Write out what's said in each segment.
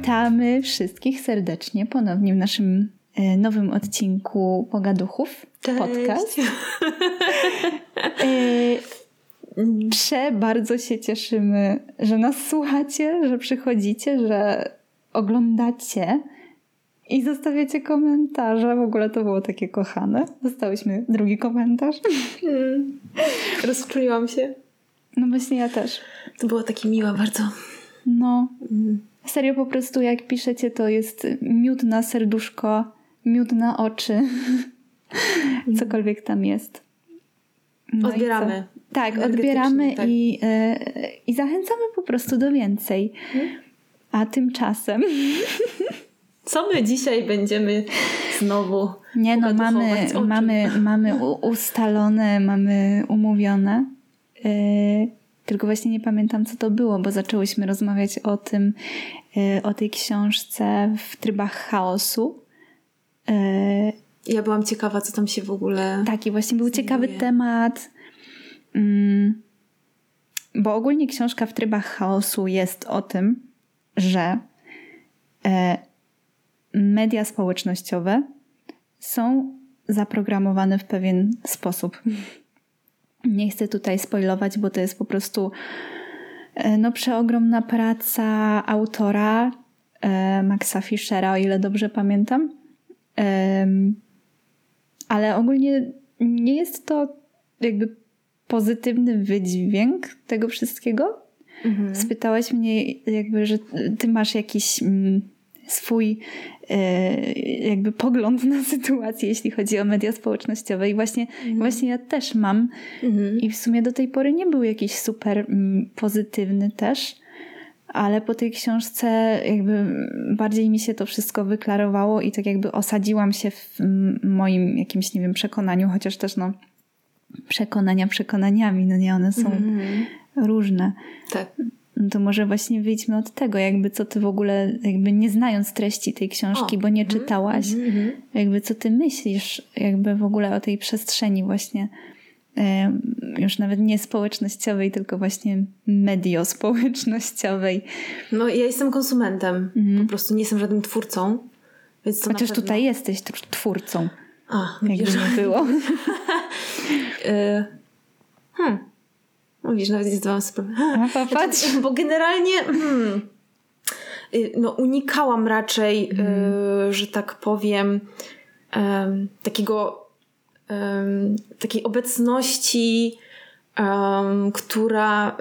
Witamy wszystkich serdecznie ponownie w naszym nowym odcinku Pogaduchów. Cześć. Podcast. Bardzo się cieszymy, że nas słuchacie, że przychodzicie, że oglądacie i zostawiacie komentarze. W ogóle to było takie kochane. Dostałyśmy drugi komentarz. Rozczuliłam się. No właśnie ja też. To było takie miłe bardzo. No. Serio po prostu jak piszecie, to jest miód na serduszko, miód na oczy. Cokolwiek tam jest. No odbieramy. Tak, odbieramy tak. I zachęcamy po prostu do więcej. A tymczasem... Co my dzisiaj będziemy znowu Nie no, mamy ustalone, mamy umówione. Tylko właśnie nie pamiętam, co to było, bo zaczęłyśmy rozmawiać o tym, o tej książce w trybach chaosu. Ja byłam ciekawa, co tam się w ogóle... Tak, i właśnie był ciekawy temat, bo ogólnie książka w trybach chaosu jest o tym, że media społecznościowe są zaprogramowane w pewien sposób. Nie chcę tutaj spoilować, bo to jest po prostu przeogromna praca autora Maxa Fischera, o ile dobrze pamiętam. Ale ogólnie nie jest to jakby pozytywny wydźwięk tego wszystkiego. Spytałaś mnie jakby, że ty masz jakiś swój jakby pogląd na sytuację, jeśli chodzi o media społecznościowe. I właśnie ja też mam. I w sumie do tej pory nie był jakiś super pozytywny też, ale po tej książce jakby bardziej mi się to wszystko wyklarowało i tak jakby osadziłam się w moim jakimś, nie wiem, przekonaniu, chociaż też przekonania przekonaniami, no nie, one są różne. Tak. No to może właśnie wyjdźmy od tego, jakby co ty w ogóle, jakby nie znając treści tej książki, bo nie czytałaś, jakby co ty myślisz jakby w ogóle o tej przestrzeni właśnie już nawet nie społecznościowej, tylko właśnie mediospołecznościowej. No ja jestem konsumentem, po prostu nie jestem żadnym twórcą. Więc to chociaż tutaj jesteś twórcą. Jakby nie było. Mówisz, nawet nie zdawałam sobie Popatrz. Bo generalnie unikałam raczej, że tak powiem, takiej obecności, która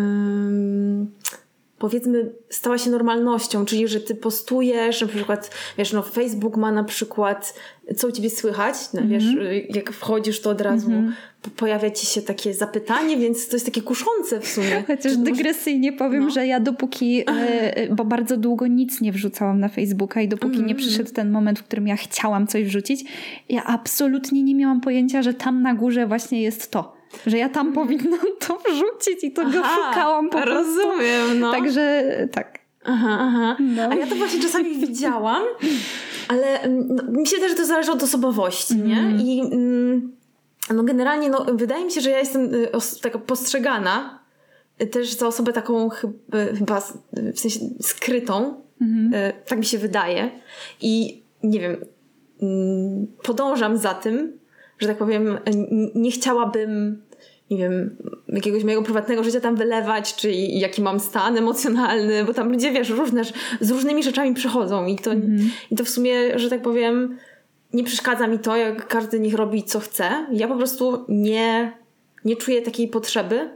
powiedzmy stała się normalnością, czyli że ty postujesz, na przykład, wiesz, Facebook ma na przykład co u ciebie słychać, wiesz, jak wchodzisz, to od razu pojawia ci się takie zapytanie, więc to jest takie kuszące w sumie. Chociaż dygresyjnie powiem, że ja dopóki, bo bardzo długo nic nie wrzucałam na Facebooka i dopóki nie przyszedł ten moment, w którym ja chciałam coś wrzucić, ja absolutnie nie miałam pojęcia, że tam na górze właśnie jest to. Że ja tam powinnam to wrzucić i to go szukałam po prostu. Rozumiem, no. Także tak. No. A ja to właśnie czasami widziałam, ale myślę też, że to zależy od osobowości, nie? I generalnie wydaje mi się, że ja jestem taka postrzegana też za osobę taką chyba w sensie skrytą. Tak mi się wydaje. I nie wiem, podążam za tym, że tak powiem, nie chciałabym, nie wiem, jakiegoś mojego prywatnego życia tam wylewać, czy jaki mam stan emocjonalny, bo tam ludzie, wiesz, z różnymi rzeczami przychodzą i to w sumie, że tak powiem, nie przeszkadza mi to, jak każdy niech robi co chce. Ja po prostu nie czuję takiej potrzeby.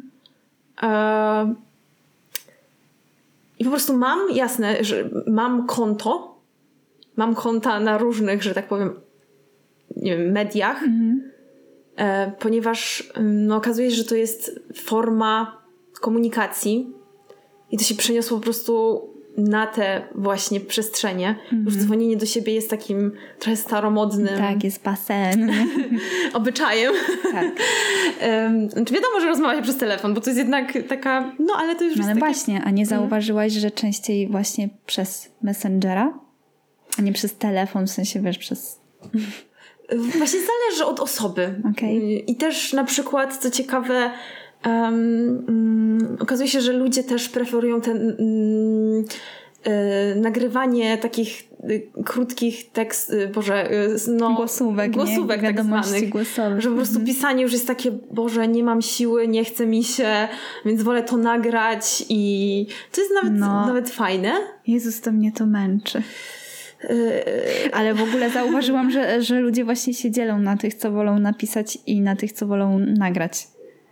I po prostu jasne, że mam konta na różnych, że tak powiem, nie wiem, mediach, ponieważ okazuje się, że to jest forma komunikacji i to się przeniosło po prostu na te właśnie przestrzenie. Już dzwonienie do siebie jest takim trochę staromodnym... Tak, jest basen. obyczajem. Tak. Znaczy wiadomo, że rozmawia się przez telefon, bo to jest jednak taka... No, ale to już jest ale takie... właśnie, a nie zauważyłaś, że częściej właśnie przez Messengera, a nie przez telefon, w sensie, wiesz, przez... Właśnie zależy od osoby. Okay. I też na przykład, co ciekawe, okazuje się, że ludzie też preferują ten nagrywanie takich krótkich głosówek tak zwanych. Głosowe. Że po prostu pisanie już jest takie, Boże, nie mam siły, nie chce mi się, więc wolę to nagrać i to jest nawet fajne. Jezus, to mnie to męczy. Ale w ogóle zauważyłam, że ludzie właśnie się dzielą na tych, co wolą napisać i na tych, co wolą nagrać.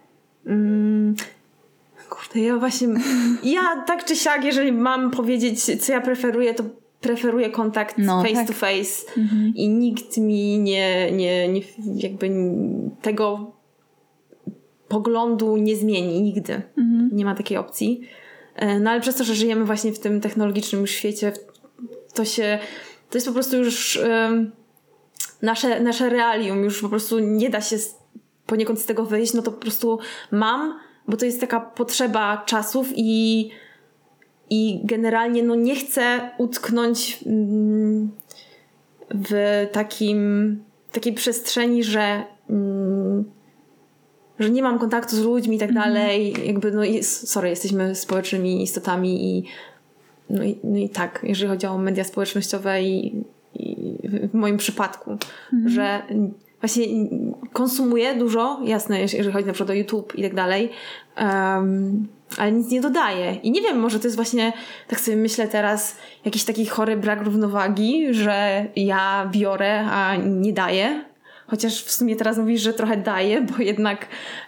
Kurde, ja tak czy siak, jeżeli mam powiedzieć, co ja preferuję, to preferuję kontakt face to face i nikt mi nie jakby tego poglądu nie zmieni nigdy. Nie ma takiej opcji. No ale przez to, że żyjemy właśnie w tym technologicznym już świecie, to jest po prostu już nasze realium, już po prostu nie da się poniekąd z tego wyjść, no to po prostu bo to jest taka potrzeba czasów i generalnie nie chcę utknąć w takiej przestrzeni, że nie mam kontaktu z ludźmi i tak dalej. Jakby jesteśmy społecznymi istotami i tak, jeżeli chodzi o media społecznościowe i w moim przypadku, że właśnie konsumuję dużo, jasne, jeżeli chodzi na przykład o YouTube i tak dalej, ale nic nie dodaję. I nie wiem, może to jest właśnie, tak sobie myślę teraz, jakiś taki chory brak równowagi, że ja biorę, a nie daję. Chociaż w sumie teraz mówisz, że trochę daję, bo jednak,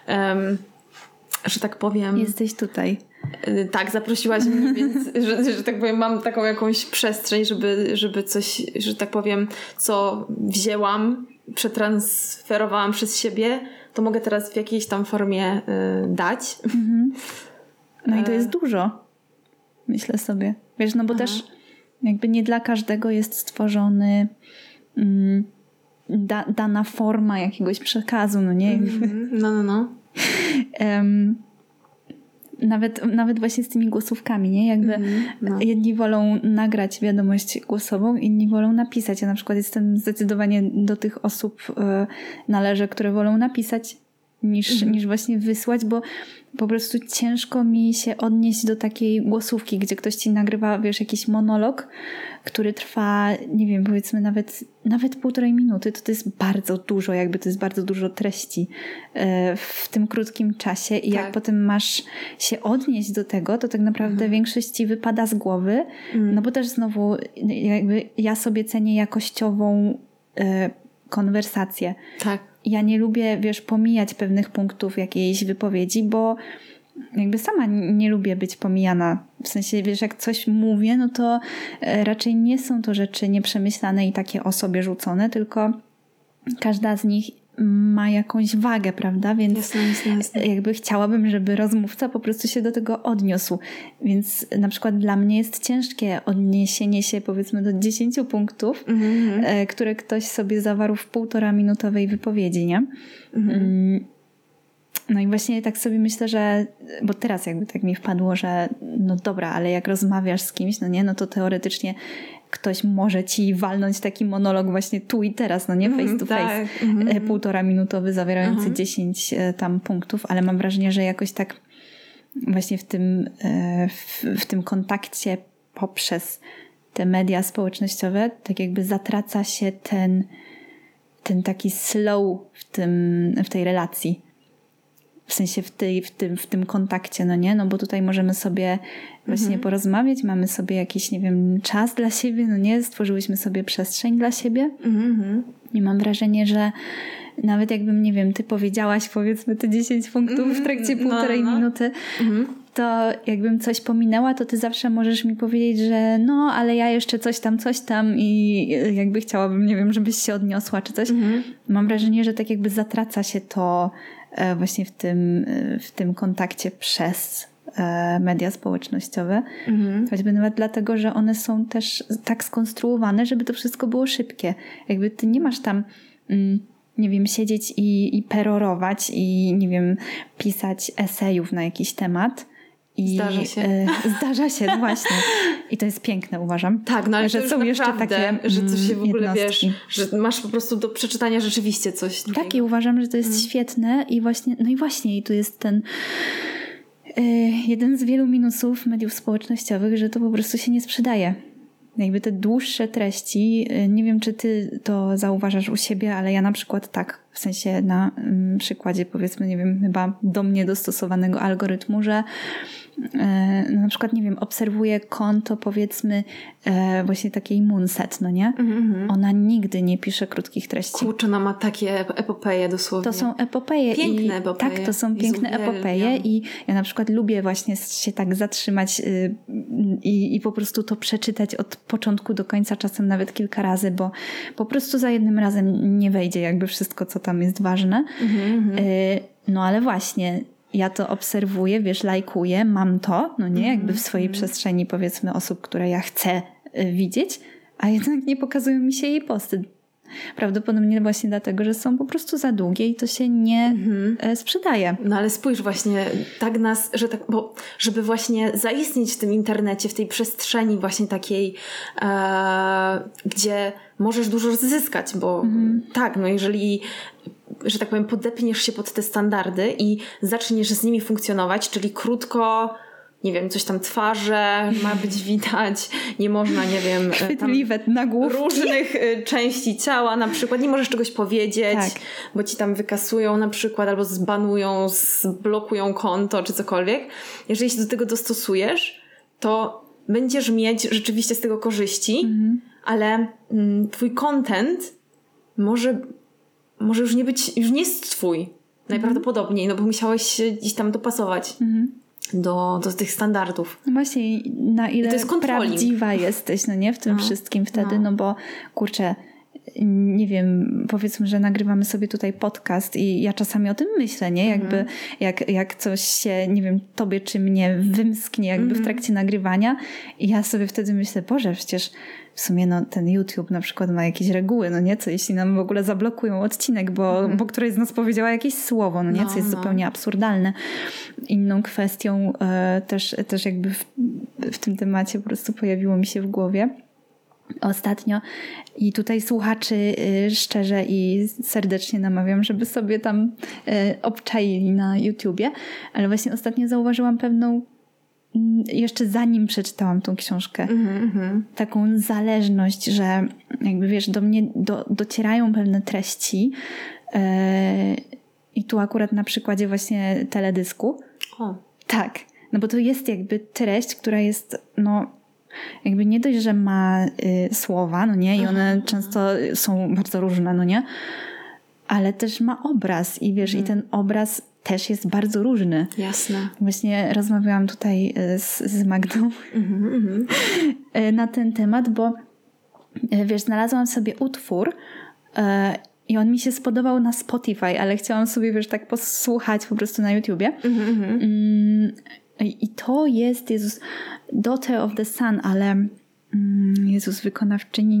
że tak powiem... Jesteś tutaj. Tak, zaprosiłaś mnie, więc, że tak powiem, mam taką jakąś przestrzeń, żeby coś, że tak powiem, co wzięłam, przetransferowałam przez siebie, to mogę teraz w jakiejś tam formie dać. No i to jest dużo, myślę sobie. Wiesz, bo też jakby nie dla każdego jest stworzony dana forma jakiegoś przekazu, no nie? No. Nawet właśnie z tymi głosówkami, nie? Jakby jedni wolą nagrać wiadomość głosową, inni wolą napisać. Ja na przykład jestem zdecydowanie do tych osób należę, które wolą napisać niż właśnie wysłać, bo po prostu ciężko mi się odnieść do takiej głosówki, gdzie ktoś ci nagrywa, wiesz, jakiś monolog, który trwa, nie wiem, powiedzmy nawet 1,5 minuty, to jest bardzo dużo, jakby to jest bardzo dużo treści w tym krótkim czasie i jak potem masz się odnieść do tego, to tak naprawdę większość ci wypada z głowy, no bo też znowu jakby ja sobie cenię jakościową konwersację. Tak. Ja nie lubię, wiesz, pomijać pewnych punktów jakiejś wypowiedzi, bo jakby sama nie lubię być pomijana. W sensie, wiesz, jak coś mówię, no to raczej nie są to rzeczy nieprzemyślane i takie o sobie rzucone, tylko każda z nich ma jakąś wagę, prawda? Więc jasne. jakby chciałabym, żeby rozmówca po prostu się do tego odniósł. Więc na przykład dla mnie jest ciężkie odniesienie się powiedzmy do 10 punktów, które ktoś sobie zawarł w 1,5-minutowej wypowiedzi, nie? No i właśnie tak sobie myślę, że bo teraz jakby tak mi wpadło, że no dobra, ale jak rozmawiasz z kimś, no nie, no to teoretycznie ktoś może ci walnąć taki monolog właśnie tu i teraz, no nie, face to face, 1,5-minutowy, zawierający 10 tam punktów, ale mam wrażenie, że jakoś tak właśnie w tym kontakcie poprzez te media społecznościowe tak jakby zatraca się ten taki slow w tej relacji. W sensie w tym kontakcie, no nie? No bo tutaj możemy sobie właśnie porozmawiać, mamy sobie jakiś, nie wiem, czas dla siebie, no nie? Stworzyłyśmy sobie przestrzeń dla siebie. I mam wrażenie, że nawet jakbym, nie wiem, ty powiedziałaś powiedzmy te 10 punktów w trakcie 1,5 minuty, to jakbym coś pominęła, to ty zawsze możesz mi powiedzieć, że no, ale ja jeszcze coś tam i jakby chciałabym, nie wiem, żebyś się odniosła czy coś. Mam wrażenie, że tak jakby zatraca się to właśnie w tym kontakcie przez media społecznościowe. Choćby nawet dlatego, że one są też tak skonstruowane, żeby to wszystko było szybkie. Jakby ty nie masz tam nie wiem, siedzieć i perorować i nie wiem, pisać esejów na jakiś temat. Zdarza się. Zdarza się, no właśnie. I to jest piękne, uważam. Tak, no ale że to są już jeszcze naprawdę, takie że coś się w ogóle, jednostki. wiesz, że masz po prostu do przeczytania rzeczywiście coś takiego. Tak, i uważam, że to jest świetne i właśnie, no i właśnie, i tu jest ten jeden z wielu minusów mediów społecznościowych, że to po prostu się nie sprzedaje. Jakby te dłuższe treści, nie wiem, czy ty to zauważasz u siebie, ale ja na przykład tak, w sensie na przykładzie, powiedzmy, nie wiem, chyba do mnie dostosowanego algorytmu, że na przykład, nie wiem, obserwuję konto, powiedzmy, właśnie takiej Moonset, no nie? Ona nigdy nie pisze krótkich treści. Kurczę, ona ma takie epopeje dosłownie. To są epopeje. Piękne epopeje. Tak, to są piękne epopeje i ja na przykład lubię właśnie się tak zatrzymać i po prostu to przeczytać od początku do końca, czasem nawet kilka razy, bo po prostu za jednym razem nie wejdzie jakby wszystko, co tam jest ważne. No ale właśnie ja to obserwuję, wiesz, lajkuję, mam to, no nie, jakby w swojej przestrzeni, powiedzmy, osób, które ja chcę widzieć, a jednak nie pokazują mi się jej posty. Prawdopodobnie właśnie dlatego, że są po prostu za długie i to się nie sprzedaje. No ale spójrz właśnie, tak nas, że tak, bo żeby właśnie zaistnieć w tym internecie, w tej przestrzeni właśnie takiej, gdzie możesz dużo zyskać, bo tak, no jeżeli, że tak powiem, podepniesz się pod te standardy i zaczniesz z nimi funkcjonować, czyli krótko, nie wiem, coś tam twarze ma być widać, nie można, nie wiem, chwytliwe nagłówki różnych części ciała na przykład, nie możesz czegoś powiedzieć, tak, bo ci tam wykasują na przykład albo zbanują, zblokują konto czy cokolwiek. Jeżeli się do tego dostosujesz, to będziesz mieć rzeczywiście z tego korzyści, ale twój content może już nie być, już nie jest twój najprawdopodobniej, no bo musiałeś się gdzieś tam dopasować. Do tych standardów. No właśnie, na ile to jest prawdziwa jesteś, no nie, w tym wszystkim wtedy, no bo kurczę, nie wiem, powiedzmy, że nagrywamy sobie tutaj podcast i ja czasami o tym myślę, nie? Jakby jak coś się, nie wiem, tobie czy mnie wymsknie jakby w trakcie nagrywania i ja sobie wtedy myślę, Boże, przecież w sumie no, ten YouTube na przykład ma jakieś reguły, no nie? Co jeśli nam w ogóle zablokują odcinek, bo któraś z nas powiedziała jakieś słowo, no nie? Co jest zupełnie absurdalne. Inną kwestią też jakby w tym temacie po prostu pojawiło mi się w głowie ostatnio i tutaj słuchaczy szczerze i serdecznie namawiam, żeby sobie tam obczaili na YouTubie, ale właśnie ostatnio zauważyłam pewną, jeszcze zanim przeczytałam tą książkę, taką zależność, że jakby wiesz, do mnie docierają pewne treści i tu akurat na przykładzie właśnie teledysku. Tak, no bo to jest jakby treść, która jest no jakby nie dość, że ma słowa, no nie, i one często są bardzo różne, no nie, ale też ma obraz i wiesz, i ten obraz też jest bardzo różny. Jasne. Właśnie rozmawiałam tutaj z Magdą na ten temat, bo wiesz, znalazłam sobie utwór i on mi się spodobał na Spotify, ale chciałam sobie, wiesz, tak posłuchać po prostu na YouTubie. I to jest, Jezus, Daughter of the Sun, ale Jezus, wykonawczyni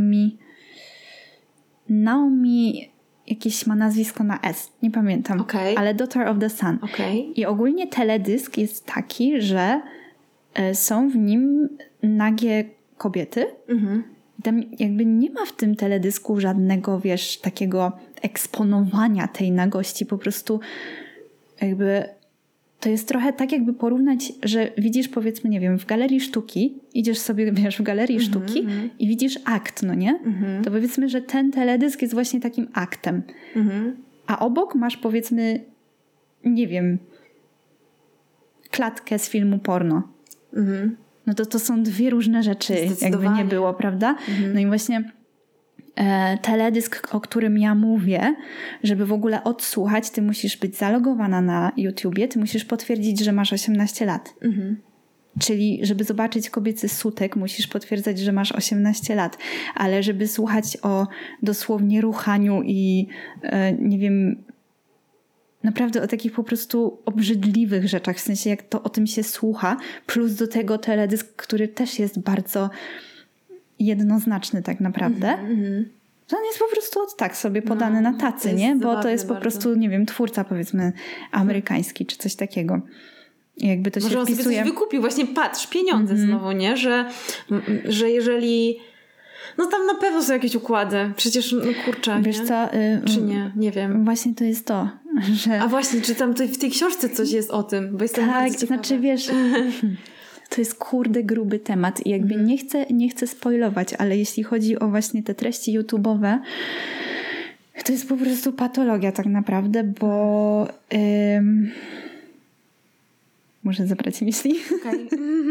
Naomi jakieś ma nazwisko na S, nie pamiętam, ale Daughter of the Sun. I ogólnie teledysk jest taki, że są w nim nagie kobiety. I tam jakby nie ma w tym teledysku żadnego, wiesz, takiego eksponowania tej nagości, po prostu jakby to jest trochę tak, jakby porównać, że widzisz, powiedzmy, nie wiem, w galerii sztuki, idziesz sobie, wiesz, w galerii sztuki i widzisz akt, no nie? To powiedzmy, że ten teledysk jest właśnie takim aktem. A obok masz, powiedzmy, nie wiem, klatkę z filmu porno. No to są dwie różne rzeczy, jakby nie było, prawda? No i właśnie teledysk, o którym ja mówię, żeby w ogóle odsłuchać, ty musisz być zalogowana na YouTubie, ty musisz potwierdzić, że masz 18 lat. Czyli żeby zobaczyć kobiecy sutek, musisz potwierdzać, że masz 18 lat. Ale żeby słuchać o dosłownie ruchaniu i nie wiem, naprawdę o takich po prostu obrzydliwych rzeczach, w sensie jak to o tym się słucha, plus do tego teledysk, który też jest bardzo jednoznaczny tak naprawdę. To on jest po prostu tak sobie podany na tacy, nie? Bo to jest po prostu, nie wiem, twórca, powiedzmy, amerykański czy coś takiego. Jakby to może się on wpisuje. Sobie coś wykupił, właśnie patrz, pieniądze znowu, nie? Że jeżeli... No tam na pewno są jakieś układy. Przecież, no kurczę, wiesz nie? co? Czy nie? Nie wiem. Właśnie to jest to. że... A właśnie, czy tam w tej książce coś jest o tym? Bo jestem bardzo ciekawa. Znaczy wiesz... To jest gruby temat i jakby nie chcę spoilować, ale jeśli chodzi o właśnie te treści YouTube'owe, to jest po prostu patologia tak naprawdę, bo muszę zabrać myśli. Okay.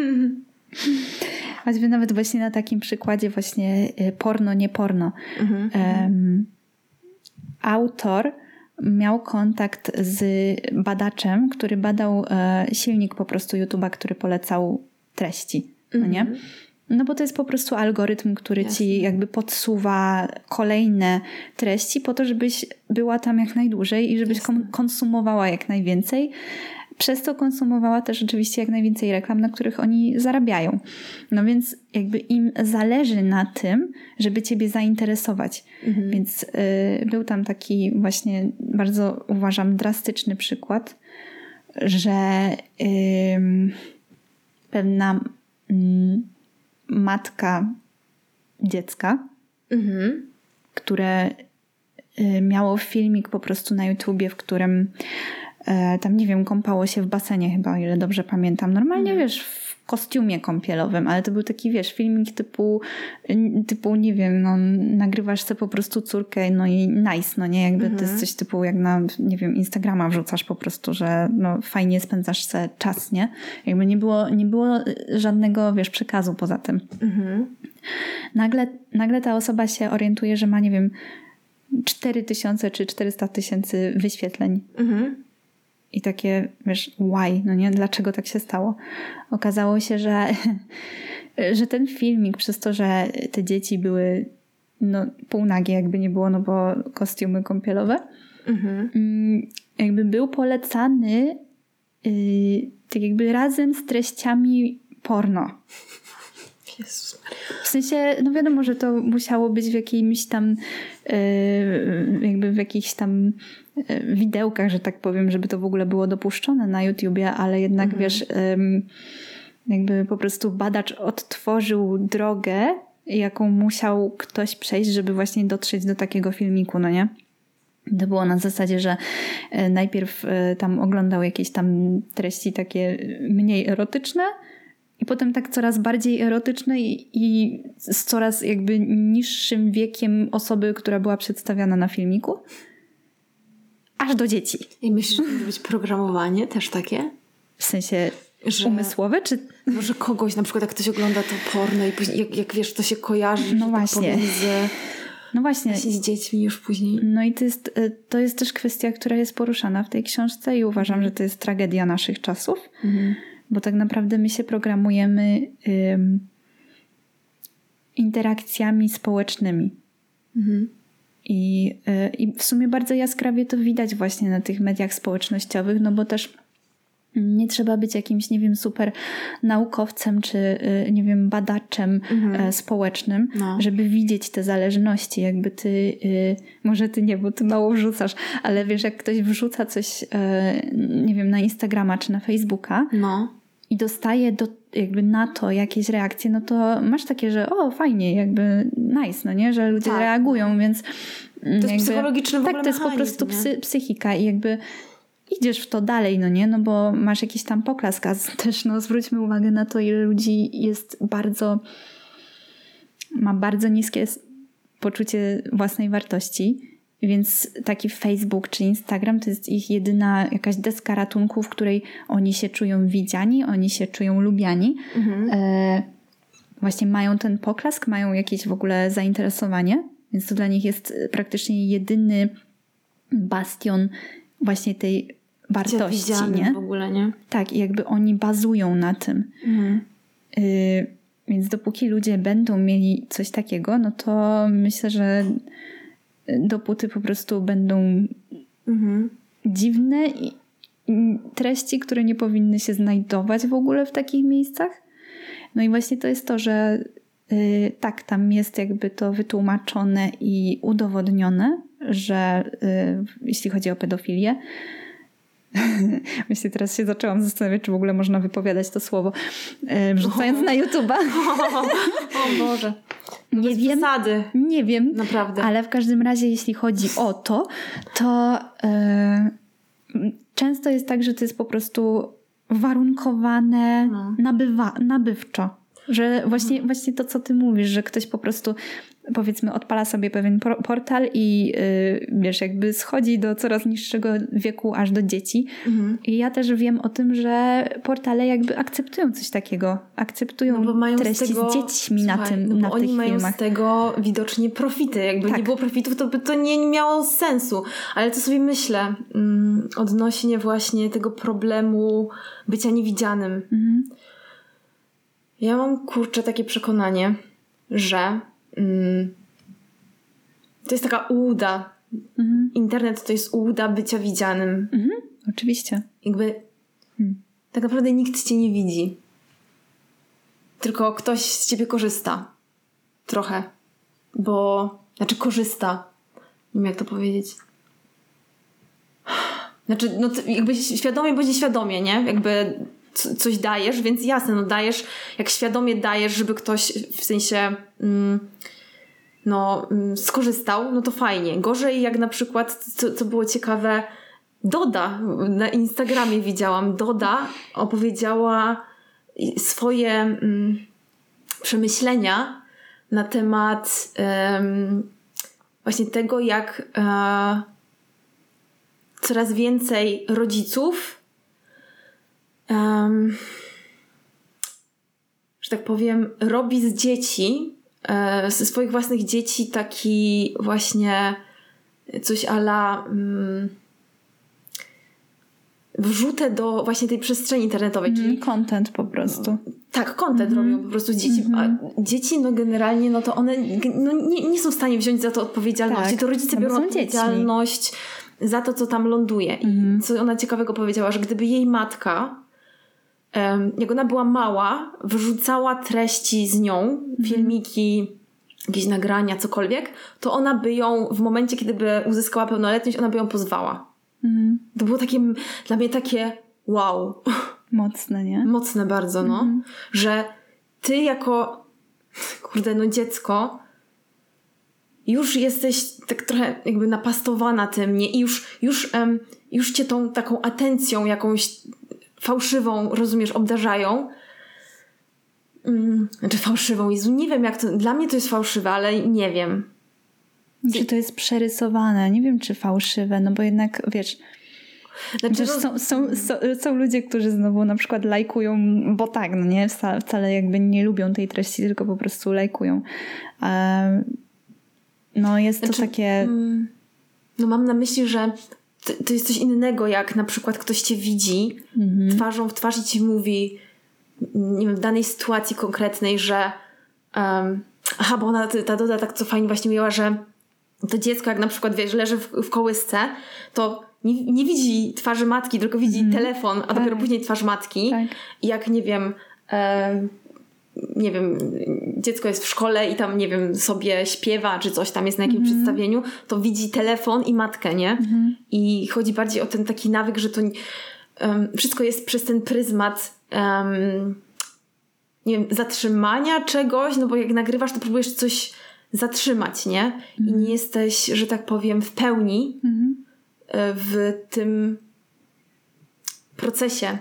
Choćby nawet właśnie na takim przykładzie właśnie porno, nie porno. Autor miał kontakt z badaczem, który badał silnik po prostu YouTube'a, który polecał treści, no nie? No bo to jest po prostu algorytm, który ci jakby podsuwa kolejne treści po to, żebyś była tam jak najdłużej i żebyś konsumowała jak najwięcej. Przez to konsumowała też oczywiście jak najwięcej reklam, na których oni zarabiają. No więc jakby im zależy na tym, żeby ciebie zainteresować. Więc był tam taki właśnie bardzo, uważam, drastyczny przykład, że pewna matka dziecka, które miało filmik po prostu na YouTubie, w którym tam, nie wiem, kąpało się w basenie chyba, o ile dobrze pamiętam. Normalnie, wiesz, w kostiumie kąpielowym, ale to był taki, wiesz, filmik typu nie wiem, no nagrywasz sobie po prostu córkę, no i nice, no nie? Jakby to jest coś typu jak na, nie wiem, Instagrama wrzucasz po prostu, że no fajnie spędzasz sobie czas, nie? Jakby nie było żadnego, wiesz, przekazu poza tym. Nagle ta osoba się orientuje, że ma, nie wiem, 4000 czy 400 000 wyświetleń. I takie, wiesz, why? No nie? Dlaczego tak się stało? Okazało się, że ten filmik przez to, że te dzieci były no, półnagie, jakby nie było, no bo kostiumy kąpielowe, jakby był polecany tak jakby razem z treściami porno. Jezus. W sensie, no wiadomo, że to musiało być w jakimś tam jakby w jakichś tam widełkach, że tak powiem, żeby to w ogóle było dopuszczone na YouTubie, ale jednak wiesz, jakby po prostu badacz odtworzył drogę, jaką musiał ktoś przejść, żeby właśnie dotrzeć do takiego filmiku, no nie? To było na zasadzie, że najpierw tam oglądał jakieś tam treści takie mniej erotyczne, i potem tak coraz bardziej erotyczne i z coraz jakby niższym wiekiem osoby, która była przedstawiana na filmiku. Aż do dzieci. I myślisz, że to może być programowanie też takie? W sensie umysłowe? Czy... Może kogoś, na przykład jak ktoś ogląda to porno i później, jak wiesz, to się kojarzy no właśnie. No właśnie z dziećmi już później. No i to jest też kwestia, która jest poruszana w tej książce i uważam, że to jest tragedia naszych czasów. Bo tak naprawdę my się programujemy interakcjami społecznymi. I w sumie bardzo jaskrawie to widać właśnie na tych mediach społecznościowych, no bo też nie trzeba być jakimś, nie wiem, super naukowcem czy, nie wiem, badaczem społecznym, żeby widzieć te zależności. Jakby ty, może ty nie, bo ty mało wrzucasz, ale wiesz, jak ktoś wrzuca coś, nie wiem, na Instagrama czy na Facebooka i dostaje jakby na to jakieś reakcje, no to masz takie, że o, fajnie, jakby nice, no nie, że ludzie reagują, więc to jest psychologiczny w ogóle tak, to jest po prostu psychika i jakby idziesz w to dalej, no nie, no bo masz jakiś tam poklask, a też no zwróćmy uwagę na to, ile ludzi ma bardzo niskie poczucie własnej wartości, więc taki Facebook czy Instagram to jest ich jedyna jakaś deska ratunku, w której oni się czują widziani, oni się czują lubiani. Właśnie mają ten poklask, mają jakieś w ogóle zainteresowanie, więc to dla nich jest praktycznie jedyny bastion właśnie tej wartości, nie? w ogóle, nie? Tak, i jakby oni bazują na tym. Więc dopóki ludzie będą mieli coś takiego, no to myślę, że dopóty po prostu będą dziwne treści, które nie powinny się znajdować w ogóle w takich miejscach. No i właśnie to jest to, że tak, tam jest jakby to wytłumaczone i udowodnione, że jeśli chodzi o pedofilię, myślę, teraz się zaczęłam zastanawiać, czy w ogóle można wypowiadać to słowo, wrzucając na YouTube'a. O Boże. Nie wiem. Przesady. Nie wiem. Naprawdę. Ale w każdym razie, jeśli chodzi o to często jest tak, że to jest po prostu warunkowane nabywczo. Że właśnie to, co ty mówisz, że ktoś po prostu, powiedzmy, odpala sobie pewien portal i wiesz, jakby schodzi do coraz niższego wieku aż do dzieci. I ja też wiem o tym, że portale jakby akceptują coś takiego. Akceptują treści z dziećmi na tych filmach. Oni mają z tego widocznie profity. Jakby nie było profitów, to by to nie miało sensu. Ale to sobie myślę odnośnie właśnie tego problemu bycia niewidzianym. Ja mam, takie przekonanie, że to jest taka ułuda. Internet to jest ułuda bycia widzianym. Oczywiście. Jakby tak naprawdę nikt cię nie widzi. Tylko ktoś z ciebie korzysta. Trochę. Znaczy korzysta. Nie wiem, jak to powiedzieć. Znaczy, jakby świadomie bądź nieświadomie, nie? Jakby coś dajesz, więc jasne, dajesz, jak świadomie dajesz, żeby ktoś w sensie skorzystał, no to fajnie. Gorzej jak na przykład, co było ciekawe, Doda na Instagramie widziałam. Doda opowiedziała swoje przemyślenia na temat właśnie tego, jak coraz więcej rodziców że tak powiem, robi z dzieci, ze swoich własnych dzieci taki właśnie coś a la wrzutę do właśnie tej przestrzeni internetowej. Czyli content po prostu. Tak, content robią po prostu dzieci. A dzieci, generalnie, to one nie są w stanie wziąć za to odpowiedzialności. Tak, to rodzice biorą odpowiedzialność za to, co tam ląduje. I co ona ciekawego powiedziała, że gdyby jej matka, jak ona była mała, wyrzucała treści z nią, filmiki, jakieś nagrania, cokolwiek, to ona by ją, w momencie, kiedy by uzyskała pełnoletność, ona by ją pozwała. To było dla mnie takie wow. Mocne, nie? Mocne bardzo, że ty jako dziecko już jesteś tak trochę jakby napastowana tym, nie? I już cię tą taką atencją jakąś fałszywą, rozumiesz, obdarzają. Znaczy fałszywą. Jezu, nie wiem jak to... Dla mnie to jest fałszywe, ale nie wiem. Czy to jest przerysowane? Nie wiem, czy fałszywe, bo jednak, wiesz... Znaczy, są ludzie, którzy znowu na przykład lajkują, bo tak, nie? Wcale jakby nie lubią tej treści, tylko po prostu lajkują. Jest to takie... mam na myśli, że to jest coś innego, jak na przykład ktoś cię widzi twarzą w twarz i ci mówi, nie wiem, w danej sytuacji konkretnej, że bo ona, ta Doda tak co fajnie właśnie mówiła, że to dziecko, jak na przykład, wiesz, leży w kołysce, to nie widzi twarzy matki, tylko widzi telefon, a dopiero później twarz matki. Tak. I jak, nie wiem, dziecko jest w szkole i tam, nie wiem, sobie śpiewa, czy coś tam jest na jakimś przedstawieniu, to widzi telefon i matkę, nie? I chodzi bardziej o ten taki nawyk, że to wszystko jest przez ten pryzmat nie wiem, zatrzymania czegoś, bo jak nagrywasz, to próbujesz coś zatrzymać, nie? I nie jesteś, że tak powiem, w pełni w tym procesie.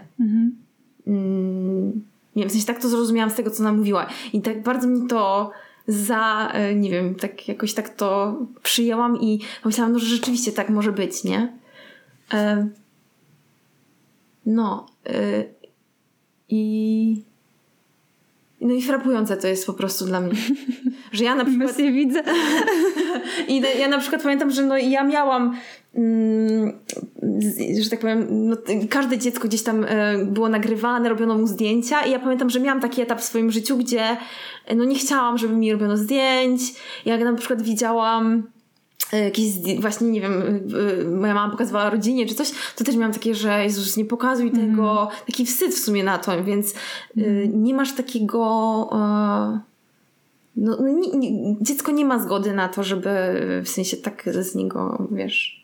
Nie wiem, w sensie tak to zrozumiałam z tego, co ona mówiła. I tak bardzo mi to nie wiem, tak jakoś tak to przyjęłam i pomyślałam, że rzeczywiście tak może być, nie? I frapujące to jest po prostu dla mnie. Że ja na przykład... nie widzę. I ja na przykład pamiętam, że ja miałam że tak powiem, każde dziecko gdzieś tam było nagrywane, robiono mu zdjęcia i ja pamiętam, że miałam taki etap w swoim życiu, gdzie nie chciałam, żeby mi robiono zdjęć. Jak na przykład widziałam jakieś właśnie, nie wiem, moja mama pokazywała rodzinie czy coś, to też miałam takie, że Jezus, nie pokazuj tego, taki wstyd w sumie na to, więc nie masz takiego dziecko nie ma zgody na to, żeby w sensie tak z niego, wiesz,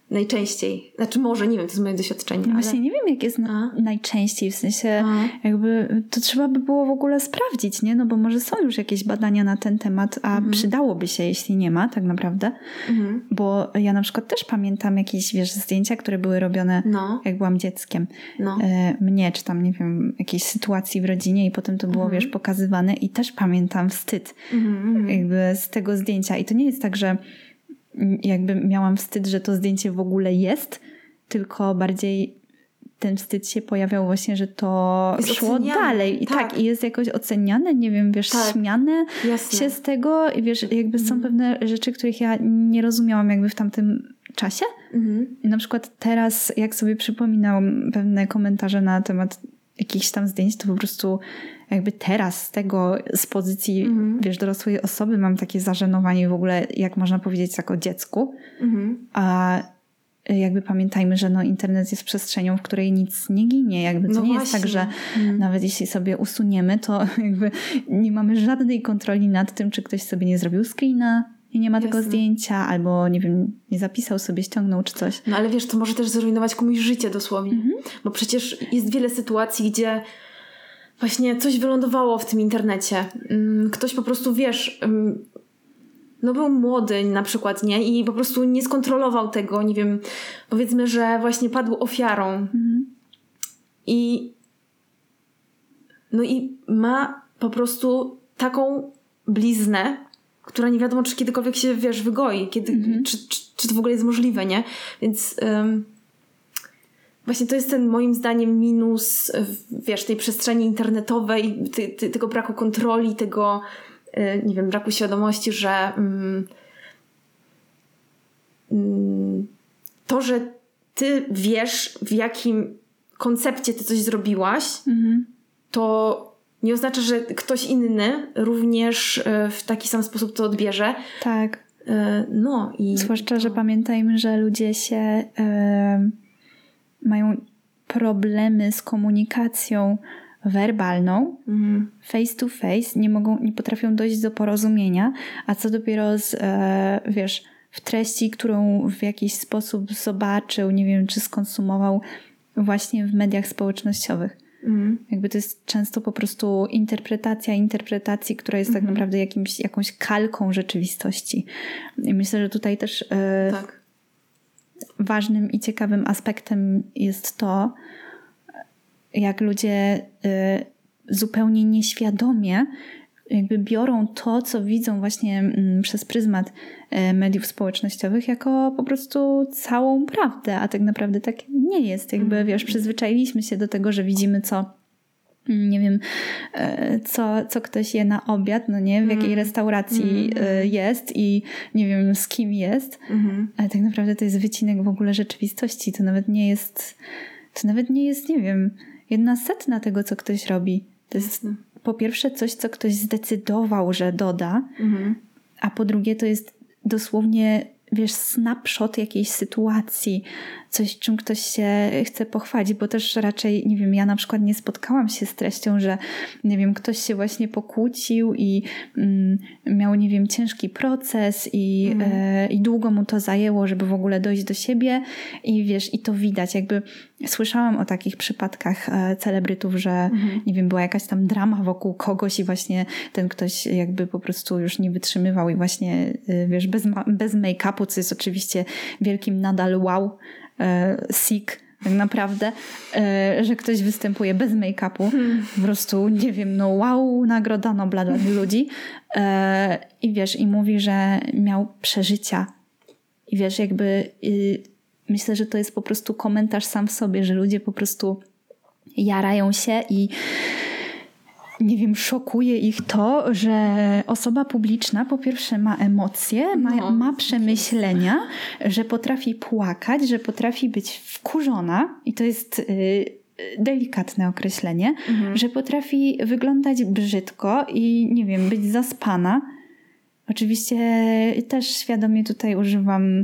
najczęściej? Znaczy może, nie wiem, to jest moje doświadczenie. Właśnie ale... nie wiem, jak jest najczęściej, w sensie jakby to trzeba by było w ogóle sprawdzić, nie? No bo może są już jakieś badania na ten temat, a przydałoby się, jeśli nie ma, tak naprawdę. Bo ja na przykład też pamiętam jakieś, wiesz, zdjęcia, które były robione jak byłam dzieckiem. Mnie, czy tam, nie wiem, jakiejś sytuacji w rodzinie i potem to było, wiesz, pokazywane i też pamiętam wstyd jakby z tego zdjęcia. I to nie jest tak, że jakby miałam wstyd, że to zdjęcie w ogóle jest, tylko bardziej ten wstyd się pojawiał właśnie, że to jest szło oceniane. Dalej. I tak, i jest jakoś oceniane, nie wiem, wiesz, śmiane się z tego i wiesz, jakby są pewne rzeczy, których ja nie rozumiałam jakby w tamtym czasie. I na przykład teraz, jak sobie przypominałam pewne komentarze na temat jakichś tam zdjęć, to po prostu jakby teraz z pozycji, wiesz, dorosłej osoby mam takie zażenowanie w ogóle, jak można powiedzieć, tak o dziecku. A jakby pamiętajmy, że no internet jest przestrzenią, w której nic nie ginie. Jakby to nie jest tak, że nawet jeśli sobie usuniemy, to jakby nie mamy żadnej kontroli nad tym, czy ktoś sobie nie zrobił screena i nie ma tego zdjęcia, albo nie wiem, nie zapisał sobie, ściągnął czy coś. No ale wiesz, to może też zrujnować komuś życie dosłownie. Bo przecież jest wiele sytuacji, gdzie właśnie coś wylądowało w tym internecie. Ktoś po prostu, wiesz, no był młody na przykład, nie? I po prostu nie skontrolował tego, nie wiem, powiedzmy, że właśnie padł ofiarą. I no i ma po prostu taką bliznę, która nie wiadomo, czy kiedykolwiek się, wiesz, wygoi. Czy to w ogóle jest możliwe, nie? Więc właśnie to jest ten, moim zdaniem, minus, wiesz, tej przestrzeni internetowej, tego braku kontroli, tego, nie wiem, braku świadomości, że to, że ty wiesz, w jakim koncepcie ty coś zrobiłaś, to nie oznacza, że ktoś inny również w taki sam sposób to odbierze. Tak. No i... Zwłaszcza, że pamiętajmy, że ludzie się mają problemy z komunikacją werbalną, face to face, nie potrafią dojść do porozumienia, a co dopiero wiesz, w treści, którą w jakiś sposób zobaczył, nie wiem, czy skonsumował właśnie w mediach społecznościowych. Jakby to jest często po prostu interpretacja interpretacji, która jest tak naprawdę jakąś kalką rzeczywistości. I myślę, że tutaj też ważnym i ciekawym aspektem jest to, jak ludzie zupełnie nieświadomie jakby biorą to, co widzą właśnie przez pryzmat mediów społecznościowych jako po prostu całą prawdę, a tak naprawdę tak nie jest. Jakby, wiesz, przyzwyczailiśmy się do tego, że widzimy nie wiem, co ktoś je na obiad, no nie, w jakiej restauracji jest i nie wiem, z kim jest, ale tak naprawdę to jest wycinek w ogóle rzeczywistości. To nawet nie jest, nie wiem, 1/100 tego, co ktoś robi. To jest po pierwsze coś, co ktoś zdecydował, że doda, a po drugie to jest dosłownie, wiesz, snapshot jakiejś sytuacji, coś, czym ktoś się chce pochwalić, bo też raczej, nie wiem, ja na przykład nie spotkałam się z treścią, że, nie wiem, ktoś się właśnie pokłócił i miał, nie wiem, ciężki proces i długo mu to zajęło, żeby w ogóle dojść do siebie i wiesz, i to widać, jakby słyszałam o takich przypadkach celebrytów, że nie wiem, była jakaś tam drama wokół kogoś i właśnie ten ktoś jakby po prostu już nie wytrzymywał i właśnie, wiesz, bez make-upu, co jest oczywiście wielkim nadal wow, sick tak naprawdę, że ktoś występuje bez make-upu. Po prostu, nie wiem, no wow, nagroda Nobla dla ludzi. I wiesz, i mówi, że miał przeżycia. I wiesz, jakby myślę, że to jest po prostu komentarz sam w sobie, że ludzie po prostu jarają się i nie wiem, szokuje ich to, że osoba publiczna po pierwsze ma emocje, ma przemyślenia, że potrafi płakać, że potrafi być wkurzona i to jest delikatne określenie, że potrafi wyglądać brzydko i nie wiem, być zaspana. Oczywiście też świadomie tutaj używam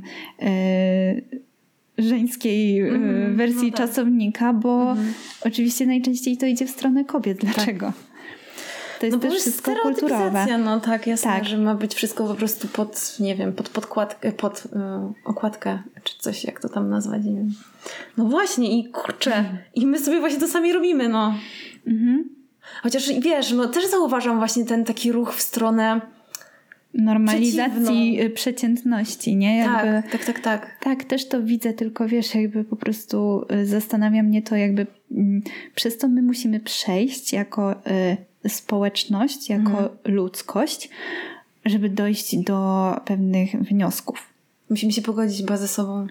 żeńskiej wersji czasownika, bo oczywiście najczęściej to idzie w stronę kobiet. Dlaczego? To jest też wszystko kulturowe. No tak, jasne, że ma być wszystko po prostu pod, nie wiem, pod podkładkę, pod okładkę, czy coś, jak to tam nazwać, nie wiem. No właśnie i kurczę, i my sobie właśnie to sami robimy, no. Chociaż wiesz, no też zauważam właśnie ten taki ruch w stronę normalizacji przeciętności, nie? Jakby, tak. Tak, też to widzę, tylko wiesz, jakby po prostu zastanawia mnie to, jakby przez to my musimy przejść jako społeczność, jako ludzkość, żeby dojść do pewnych wniosków. Musimy się pogodzić chyba ze sobą.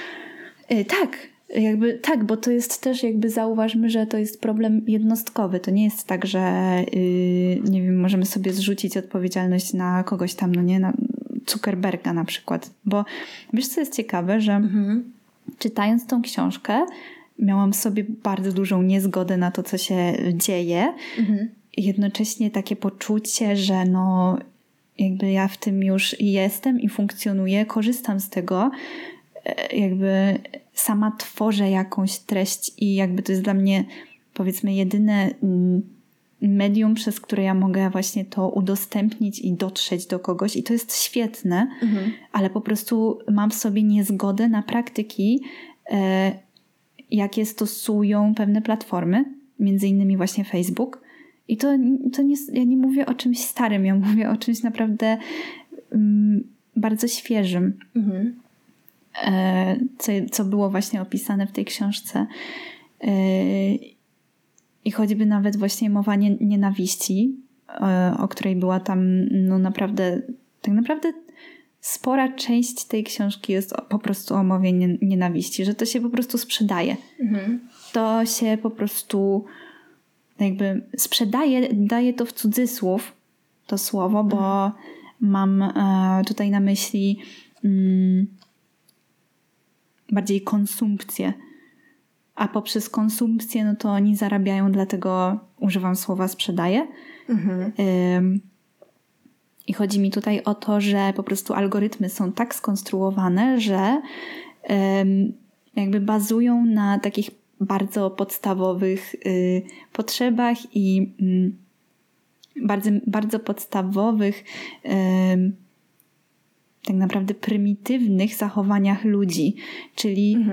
Tak, bo to jest też jakby zauważmy, że to jest problem jednostkowy. To nie jest tak, że nie wiem, możemy sobie zrzucić odpowiedzialność na kogoś tam, no nie, na Zuckerberga na przykład. Bo wiesz, co jest ciekawe, że czytając tą książkę miałam sobie bardzo dużą niezgodę na to, co się dzieje. Jednocześnie takie poczucie, że no jakby ja w tym już jestem i funkcjonuję, korzystam z tego, jakby sama tworzę jakąś treść i jakby to jest dla mnie, powiedzmy, jedyne medium, przez które ja mogę właśnie to udostępnić i dotrzeć do kogoś i to jest świetne, ale po prostu mam w sobie niezgodę na praktyki, jakie stosują pewne platformy, między innymi właśnie Facebook. I to nie, ja nie mówię o czymś starym, ja mówię o czymś naprawdę bardzo świeżym. Co było właśnie opisane w tej książce. I choćby nawet właśnie mowa nienawiści, o której była tam no naprawdę, tak naprawdę spora część tej książki jest po prostu o mowie nienawiści, że to się po prostu sprzedaje. To się po prostu jakby sprzedaje, daję to w cudzysłów, to słowo, bo mam tutaj na myśli bardziej konsumpcję. A poprzez konsumpcję, no to oni zarabiają, dlatego używam słowa sprzedaję. I chodzi mi tutaj o to, że po prostu algorytmy są tak skonstruowane, że jakby bazują na takich bardzo podstawowych potrzebach i bardzo, bardzo podstawowych tak naprawdę prymitywnych zachowaniach ludzi. Czyli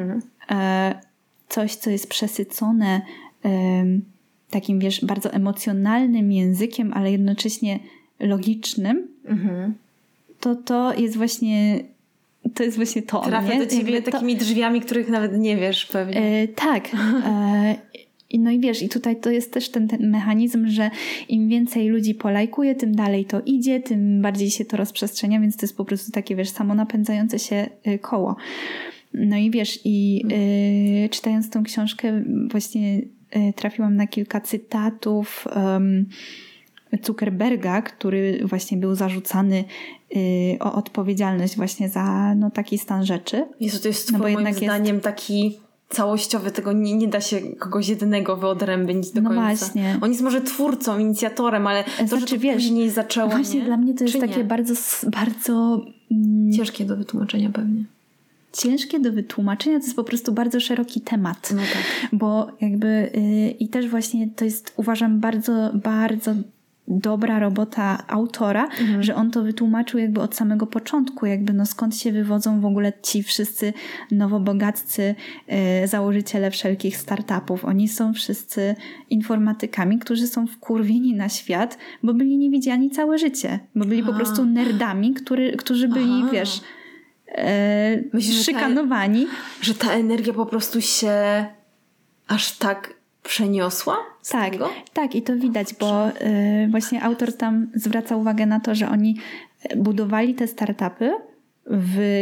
coś, co jest przesycone takim, wiesz, bardzo emocjonalnym językiem, ale jednocześnie logicznym, to jest właśnie to. Trafia do ciebie takimi drzwiami, których nawet nie wiesz pewnie. Tak. No i wiesz, i tutaj to jest też ten mechanizm, że im więcej ludzi polajkuje, tym dalej to idzie, tym bardziej się to rozprzestrzenia, więc to jest po prostu takie, wiesz, samonapędzające się koło. No i wiesz, czytając tą książkę właśnie trafiłam na kilka cytatów Zuckerberga, który właśnie był zarzucany o odpowiedzialność właśnie za taki stan rzeczy. Jezu, to jest moim zdaniem taki całościowy, tego nie da się kogoś jednego wyodrębnić do końca. Właśnie. On jest może twórcą, inicjatorem, ale to, że to później zaczęło, właśnie nie? Dla mnie to jest takie bardzo ciężkie do wytłumaczenia pewnie. Ciężkie do wytłumaczenia, to jest po prostu bardzo szeroki temat. No tak. Bo jakby i też właśnie to jest, uważam, bardzo, bardzo dobra robota autora, że on to wytłumaczył jakby od samego początku, jakby skąd się wywodzą w ogóle ci wszyscy nowobogaccy założyciele wszelkich startupów. Oni są wszyscy informatykami, którzy są wkurwieni na świat, bo byli niewidziani całe życie, bo byli po prostu nerdami, którzy byli, wiesz, myślisz, szykanowani. Że ta energia po prostu się aż tak przeniosła z tego? Tak, i to widać, bo właśnie autor tam zwraca uwagę na to, że oni budowali te startupy w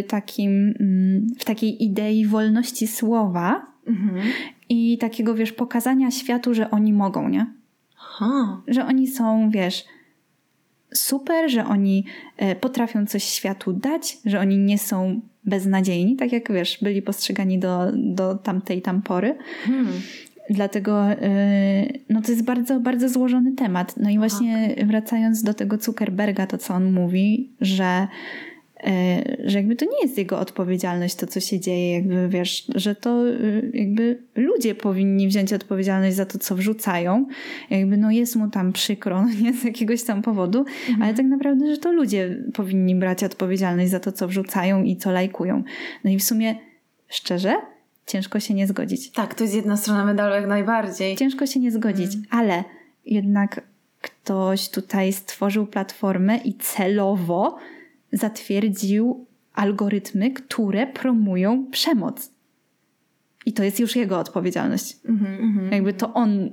takiej idei wolności słowa i takiego, wiesz, pokazania światu, że oni mogą, nie? Że oni są, wiesz, super, że oni potrafią coś światu dać, że oni nie są beznadziejni, tak jak, wiesz, byli postrzegani do tamtej pory. Dlatego to jest bardzo, bardzo złożony temat. No i właśnie wracając do tego Zuckerberga, to co on mówi, że że jakby to nie jest jego odpowiedzialność to, co się dzieje, jakby wiesz, że to jakby ludzie powinni wziąć odpowiedzialność za to, co wrzucają. Jakby no jest mu tam przykro, no nie z jakiegoś tam powodu, ale tak naprawdę, że to ludzie powinni brać odpowiedzialność za to, co wrzucają i co lajkują. No i w sumie szczerze, ciężko się nie zgodzić. Tak, to jest jedna strona medalu jak najbardziej. Ciężko się nie zgodzić, ale jednak ktoś tutaj stworzył platformę i celowo zatwierdził algorytmy, które promują przemoc. I to jest już jego odpowiedzialność. Jakby to on,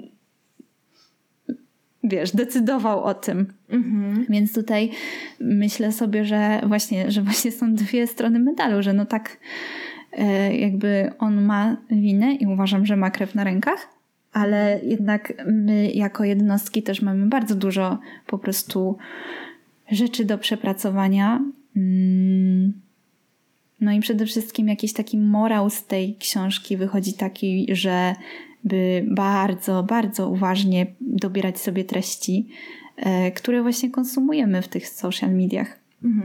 wiesz, decydował o tym. Więc tutaj myślę sobie, że właśnie są dwie strony medalu, że no tak jakby on ma winę i uważam, że ma krew na rękach, ale jednak my jako jednostki też mamy bardzo dużo po prostu rzeczy do przepracowania. No i przede wszystkim jakiś taki morał z tej książki wychodzi taki, że by bardzo, bardzo uważnie dobierać sobie treści, które właśnie konsumujemy w tych social mediach.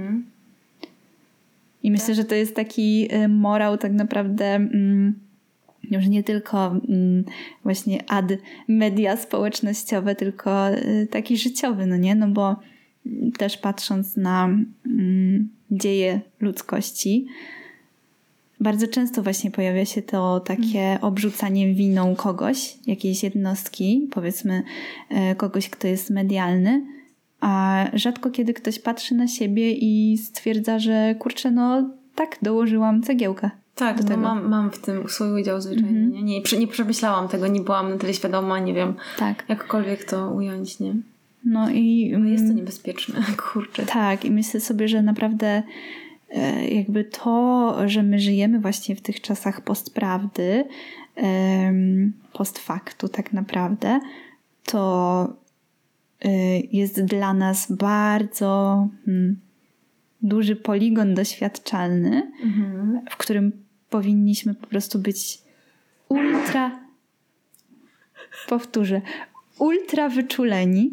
I myślę, że to jest taki morał tak naprawdę już nie tylko właśnie ad media społecznościowe, tylko taki życiowy, no nie? No bo też patrząc na dzieje ludzkości, bardzo często właśnie pojawia się to takie obrzucanie winą kogoś, jakiejś jednostki, powiedzmy kogoś, kto jest medialny, a rzadko kiedy ktoś patrzy na siebie i stwierdza, że kurczę, no tak, dołożyłam cegiełkę. Tak, no mam w tym swój udział zwyczajnie. Nie przemyślałam tego, nie byłam na tyle świadoma, nie wiem jakkolwiek to ująć, nie? No i jest to niebezpieczne, kurczę. Tak, i myślę sobie, że naprawdę jakby to, że my żyjemy właśnie w tych czasach postprawdy, postfaktu tak naprawdę, to jest dla nas bardzo duży poligon doświadczalny, w którym powinniśmy po prostu być ultra wyczuleni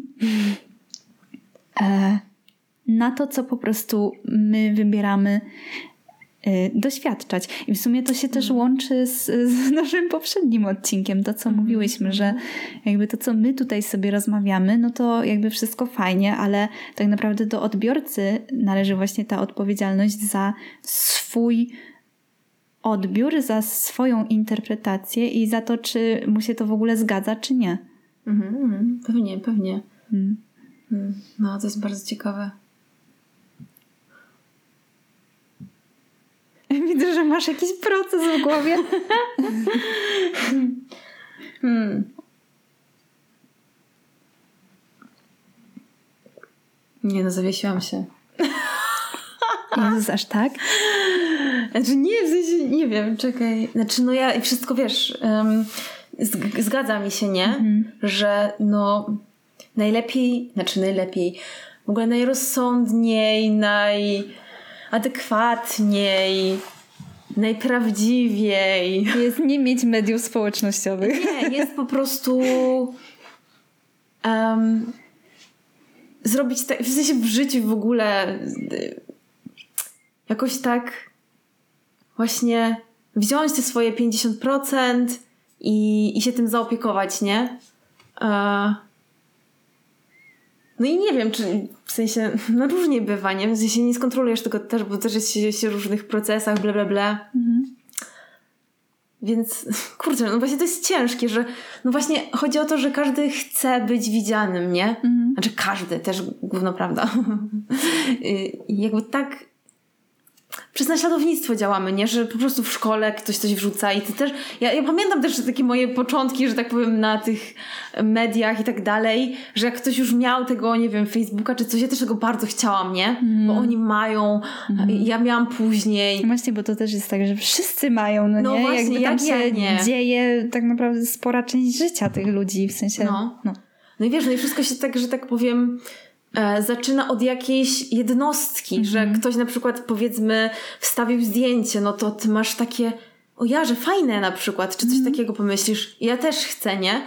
na to, co po prostu my wybieramy doświadczać. I w sumie to się też łączy z naszym poprzednim odcinkiem, to co mówiłyśmy, że jakby to, co my tutaj sobie rozmawiamy, no to jakby wszystko fajnie, ale tak naprawdę do odbiorcy należy właśnie ta odpowiedzialność za swój odbiór, za swoją interpretację i za to, czy mu się to w ogóle zgadza, czy nie. Pewnie. No, to jest bardzo ciekawe. Widzę, że masz jakiś proces w głowie. Nie, no zawiesiłam się. Jezus, aż tak? Znaczy nie, w sensie, nie wiem, czekaj. Znaczy no ja wszystko, wiesz, zgadza mi się, nie? Że no najlepiej, w ogóle najrozsądniej, najadekwatniej, najprawdziwiej jest nie mieć mediów społecznościowych. Nie, jest po prostu zrobić tak, w sensie w życiu w ogóle jakoś tak właśnie wziąć te swoje 50% i się tym zaopiekować, nie? No i nie wiem, czy w sensie, no różnie bywa, nie? W sensie nie skontrolujesz tego też, bo też jest się w różnych procesach, bla, bla, bla. Więc, kurczę, no właśnie to jest ciężkie, że no właśnie chodzi o to, że każdy chce być widzianym, nie? Znaczy każdy, też gówno prawda. I jakby tak przez naśladownictwo działamy, nie? Że po prostu w szkole ktoś coś wrzuca i ty też... Ja pamiętam też takie moje początki, że tak powiem, na tych mediach i tak dalej, że jak ktoś już miał tego, nie wiem, Facebooka czy coś, ja też tego bardzo chciałam, nie? Bo oni mają, ja miałam później. No właśnie, bo to też jest tak, że wszyscy mają, no nie? Właśnie, jakby tam się dzieje tak naprawdę spora część życia tych ludzi, w sensie... No i wiesz, no i wszystko się tak, że tak powiem... zaczyna od jakiejś jednostki, że ktoś na przykład powiedzmy wstawił zdjęcie, no to ty masz takie o ja, że fajne na przykład, czy coś takiego pomyślisz, ja też chcę, nie?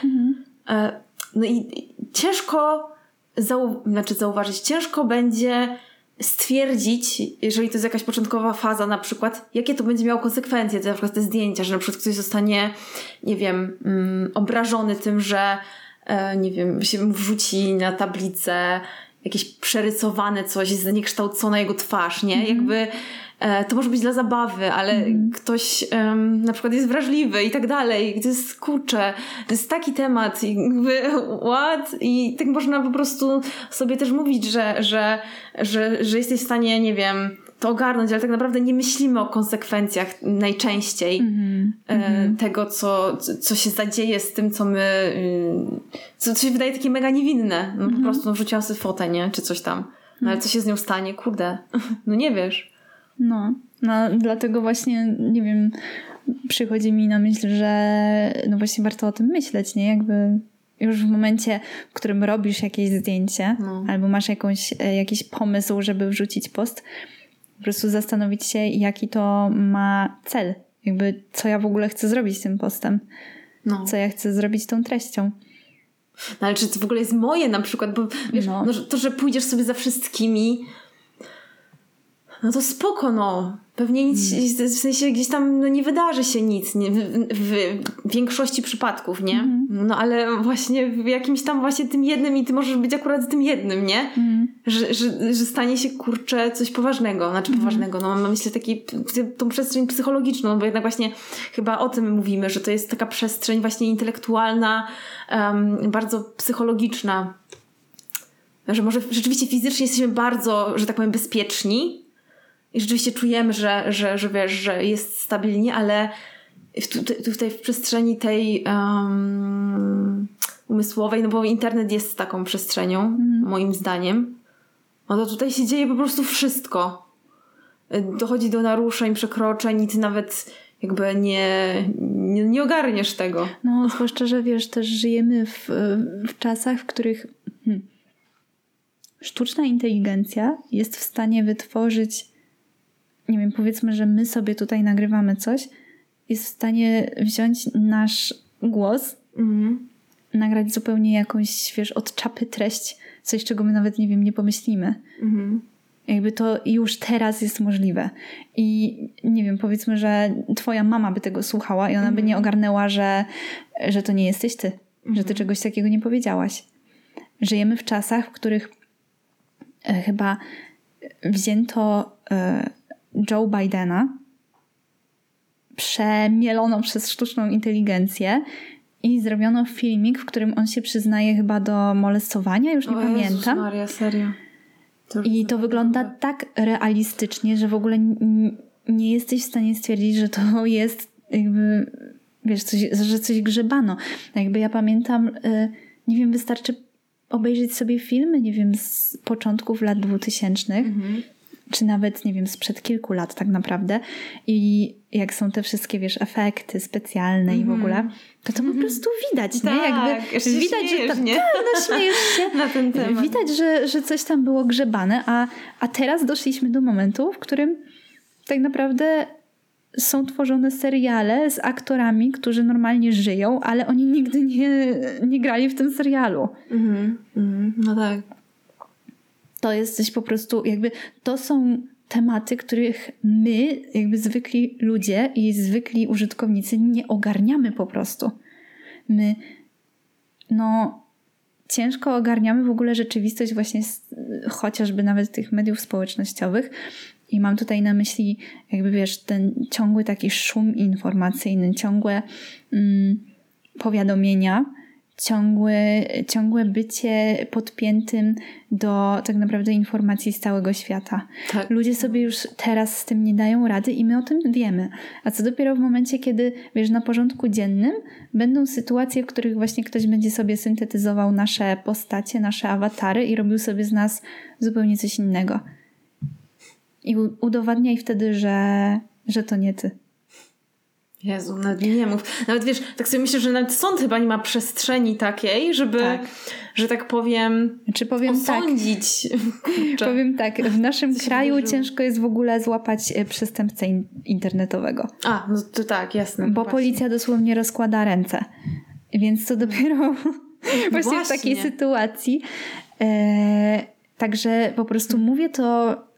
No i ciężko zauważyć, ciężko będzie stwierdzić, jeżeli to jest jakaś początkowa faza na przykład, jakie to będzie miało konsekwencje, to na przykład te zdjęcia, że na przykład ktoś zostanie, nie wiem, obrażony tym, że nie wiem, się mu wrzuci na tablicę jakieś przerysowane coś, zniekształcona jego twarz, nie? Jakby to może być dla zabawy, ale ktoś na przykład jest wrażliwy i tak dalej. To jest, kurczę, to jest taki temat i jakby what? I tak można po prostu sobie też mówić, że jesteś w stanie, nie wiem, to ogarnąć, ale tak naprawdę nie myślimy o konsekwencjach najczęściej tego, co się zadzieje z tym, co my co się wydaje takie mega niewinne. No po prostu wrzuciłam sobie fotę, nie? Czy coś tam. No ale co się z nią stanie? Kurde. No nie wiesz. No dlatego właśnie, nie wiem, przychodzi mi na myśl, że no właśnie warto o tym myśleć, nie? Jakby już w momencie, w którym robisz jakieś zdjęcie albo masz jakiś pomysł, żeby wrzucić post, po prostu zastanowić się, jaki to ma cel. Jakby co ja w ogóle chcę zrobić tym postem. Co ja chcę zrobić tą treścią. No ale czy to w ogóle jest moje na przykład, bo wiesz, to, że pójdziesz sobie za wszystkimi, no to spoko, no. Pewnie nic, w sensie gdzieś tam nie wydarzy się nic w większości przypadków, nie? No ale właśnie w jakimś tam właśnie tym jednym i ty możesz być akurat tym jednym, nie? Że stanie się, kurczę, coś poważnego. Znaczy poważnego, no mam myślę tą przestrzeń psychologiczną, bo jednak właśnie chyba o tym mówimy, że to jest taka przestrzeń właśnie intelektualna, bardzo psychologiczna. Że może rzeczywiście fizycznie jesteśmy bardzo, że tak powiem, bezpieczni, i rzeczywiście czujemy, że wiesz, że jest stabilnie, ale tutaj w przestrzeni tej umysłowej, no bo internet jest taką przestrzenią, moim zdaniem, no to tutaj się dzieje po prostu wszystko. Dochodzi do naruszeń, przekroczeń i ty nawet jakby nie ogarniesz tego. No, zwłaszcza, że wiesz, też żyjemy w czasach, w których sztuczna inteligencja jest w stanie wytworzyć, nie wiem, powiedzmy, że my sobie tutaj nagrywamy coś, jest w stanie wziąć nasz głos, nagrać zupełnie jakąś, wiesz, od czapy treść, coś, czego my nawet, nie wiem, nie pomyślimy. Jakby to już teraz jest możliwe. I nie wiem, powiedzmy, że twoja mama by tego słuchała i ona by nie ogarnęła, że to nie jesteś ty, że ty czegoś takiego nie powiedziałaś. Żyjemy w czasach, w których chyba wzięto Joe Bidena, przemielono przez sztuczną inteligencję i zrobiono filmik, w którym on się przyznaje chyba do molestowania, już nie pamiętam. Jezus Maria, serio. I to wygląda tak realistycznie, że w ogóle nie jesteś w stanie stwierdzić, że to jest jakby, wiesz, że coś grzebano. Jakby ja pamiętam, nie wiem, wystarczy obejrzeć sobie filmy, nie wiem, z początków lat 2000, czy nawet, nie wiem, sprzed kilku lat tak naprawdę. I jak są te wszystkie, wiesz, efekty specjalne i w ogóle, to po prostu widać, tak, nie? Jakby widać, śmiejesz, że nie? Śmiejesz się. Na ten temat. Widać, że coś tam było grzebane, a teraz doszliśmy do momentu, w którym tak naprawdę są tworzone seriale z aktorami, którzy normalnie żyją, ale oni nigdy nie grali w tym serialu. No tak. To jest coś po prostu, jakby to są tematy, których my, jakby zwykli ludzie i zwykli użytkownicy nie ogarniamy po prostu. My, ciężko ogarniamy w ogóle rzeczywistość właśnie chociażby nawet tych mediów społecznościowych. I mam tutaj na myśli, jakby wiesz, ten ciągły taki szum informacyjny, ciągłe powiadomienia, ciągłe bycie podpiętym do tak naprawdę informacji z całego świata. Tak. Ludzie sobie już teraz z tym nie dają rady i my o tym wiemy. A co dopiero w momencie, kiedy, wiesz, na porządku dziennym będą sytuacje, w których właśnie ktoś będzie sobie syntetyzował nasze postacie, nasze awatary i robił sobie z nas zupełnie coś innego. I udowadniaj wtedy, że to nie ty. Jezu, nawet nie mów. Nawet wiesz, tak sobie myślę, że nawet sąd chyba nie ma przestrzeni takiej, żeby, że tak powiem, osądzić. Tak, powiem tak, w naszym kraju ciężko jest w ogóle złapać przestępcę internetowego. No to tak, jasne. Bo policja dosłownie rozkłada ręce. Więc to dopiero właśnie w takiej sytuacji. Także po prostu mówię to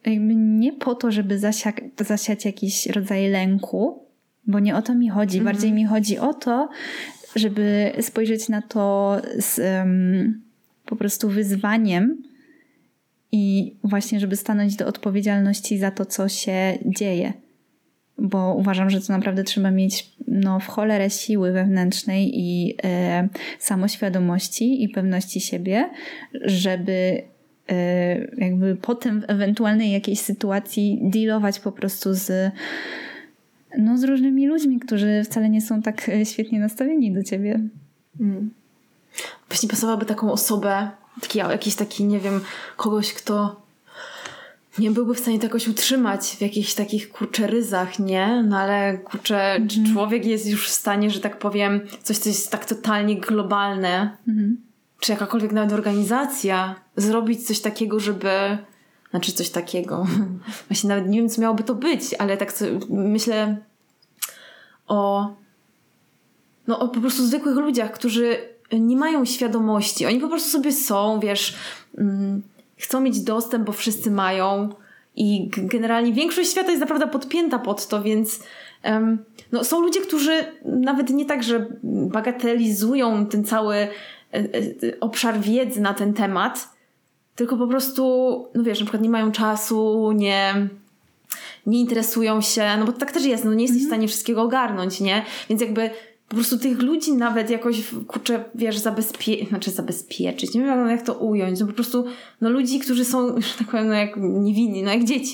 jakby nie po to, żeby zasiać jakiś rodzaj lęku, bo nie o to mi chodzi. Bardziej mi chodzi o to, żeby spojrzeć na to z po prostu wyzwaniem i właśnie, żeby stanąć do odpowiedzialności za to, co się dzieje. Bo uważam, że to naprawdę trzeba mieć w cholerę siły wewnętrznej i samoświadomości i pewności siebie, żeby jakby potem w ewentualnej jakiejś sytuacji dealować po prostu z różnymi ludźmi, którzy wcale nie są tak świetnie nastawieni do ciebie. Właśnie pasowałaby taką osobę, jakiś taki, nie wiem, kogoś, kto nie byłby w stanie to jakoś utrzymać w jakichś takich, ryzach, nie? No ale, czy człowiek jest już w stanie, że tak powiem, coś, co jest tak totalnie globalne, czy jakakolwiek nawet organizacja, zrobić coś takiego, coś takiego. Właśnie nawet nie wiem, co miałoby to być, ale tak myślę o po prostu zwykłych ludziach, którzy nie mają świadomości. Oni po prostu sobie są, wiesz, chcą mieć dostęp, bo wszyscy mają i generalnie większość świata jest naprawdę podpięta pod to, więc są ludzie, którzy nawet nie tak, że bagatelizują ten cały obszar wiedzy na ten temat, tylko po prostu, wiesz, na przykład nie mają czasu, nie interesują się, bo to tak też jest, nie jesteś w stanie wszystkiego ogarnąć, nie? Więc jakby po prostu tych ludzi nawet jakoś, wiesz, zabezpieczyć, nie wiem jak to ująć, po prostu, ludzi, którzy są, że tak powiem, jak niewinni, jak dzieci,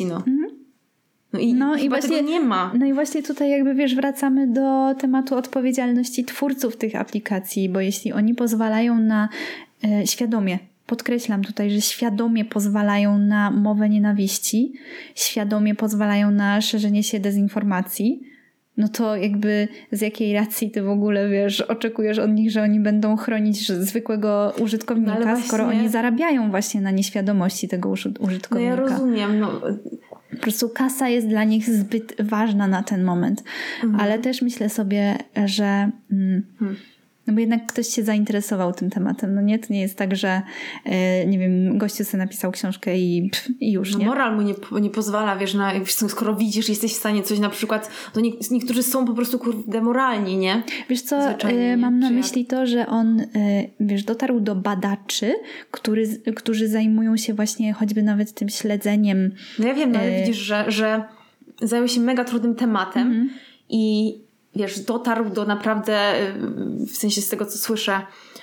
I właśnie tego nie ma. No i właśnie tutaj jakby, wiesz, wracamy do tematu odpowiedzialności twórców tych aplikacji, bo jeśli oni pozwalają na świadomie, podkreślam tutaj, że świadomie pozwalają na mowę nienawiści, świadomie pozwalają na szerzenie się dezinformacji, no to jakby z jakiej racji ty w ogóle, wiesz, oczekujesz od nich, że oni będą chronić zwykłego użytkownika, skoro oni zarabiają właśnie na nieświadomości tego użytkownika. No ja rozumiem, Po prostu kasa jest dla nich zbyt ważna na ten moment. Ale też myślę sobie, że bo jednak ktoś się zainteresował tym tematem. Nie, to nie jest tak, że nie wiem, gościu sobie napisał książkę i już, nie? Moral mu nie pozwala, wiesz, skoro widzisz, jesteś w stanie coś na przykład, to niektórzy są po prostu moralni, nie? Wiesz co, mam na myśli to, że on, wiesz, dotarł do badaczy, którzy zajmują się właśnie choćby nawet tym śledzeniem. No ja wiem, ale widzisz, że zajął się mega trudnym tematem i wiesz, dotarł do naprawdę, w sensie z tego, co słyszę,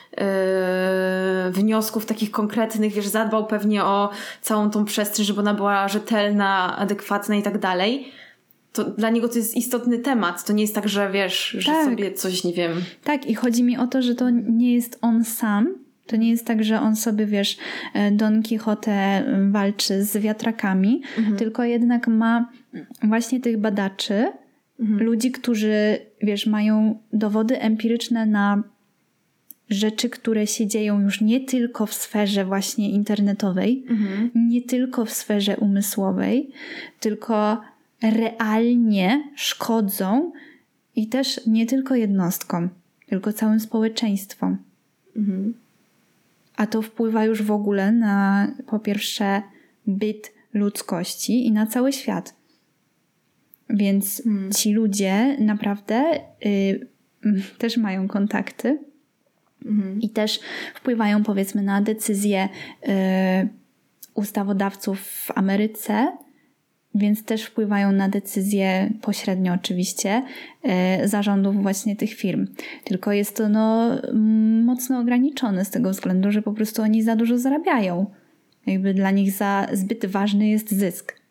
wniosków takich konkretnych, wiesz, zadbał pewnie o całą tą przestrzeń, żeby ona była rzetelna, adekwatna i tak dalej. To dla niego to jest istotny temat. To nie jest tak, że wiesz, że sobie coś, nie wiem. Tak, i chodzi mi o to, że to nie jest on sam. To nie jest tak, że on sobie, wiesz, Don Quixote walczy z wiatrakami, tylko jednak ma właśnie tych badaczy, ludzi, którzy, wiesz, mają dowody empiryczne na rzeczy, które się dzieją już nie tylko w sferze właśnie internetowej, nie tylko w sferze umysłowej, tylko realnie szkodzą i też nie tylko jednostkom, tylko całym społeczeństwom. A to wpływa już w ogóle na, po pierwsze, byt ludzkości i na cały świat. Więc ci ludzie naprawdę też mają kontakty i też wpływają, powiedzmy, na decyzje ustawodawców w Ameryce, więc też wpływają na decyzje pośrednio oczywiście zarządów właśnie tych firm. Tylko jest to mocno ograniczone z tego względu, że po prostu oni za dużo zarabiają. Jakby dla nich zbyt ważny jest zysk.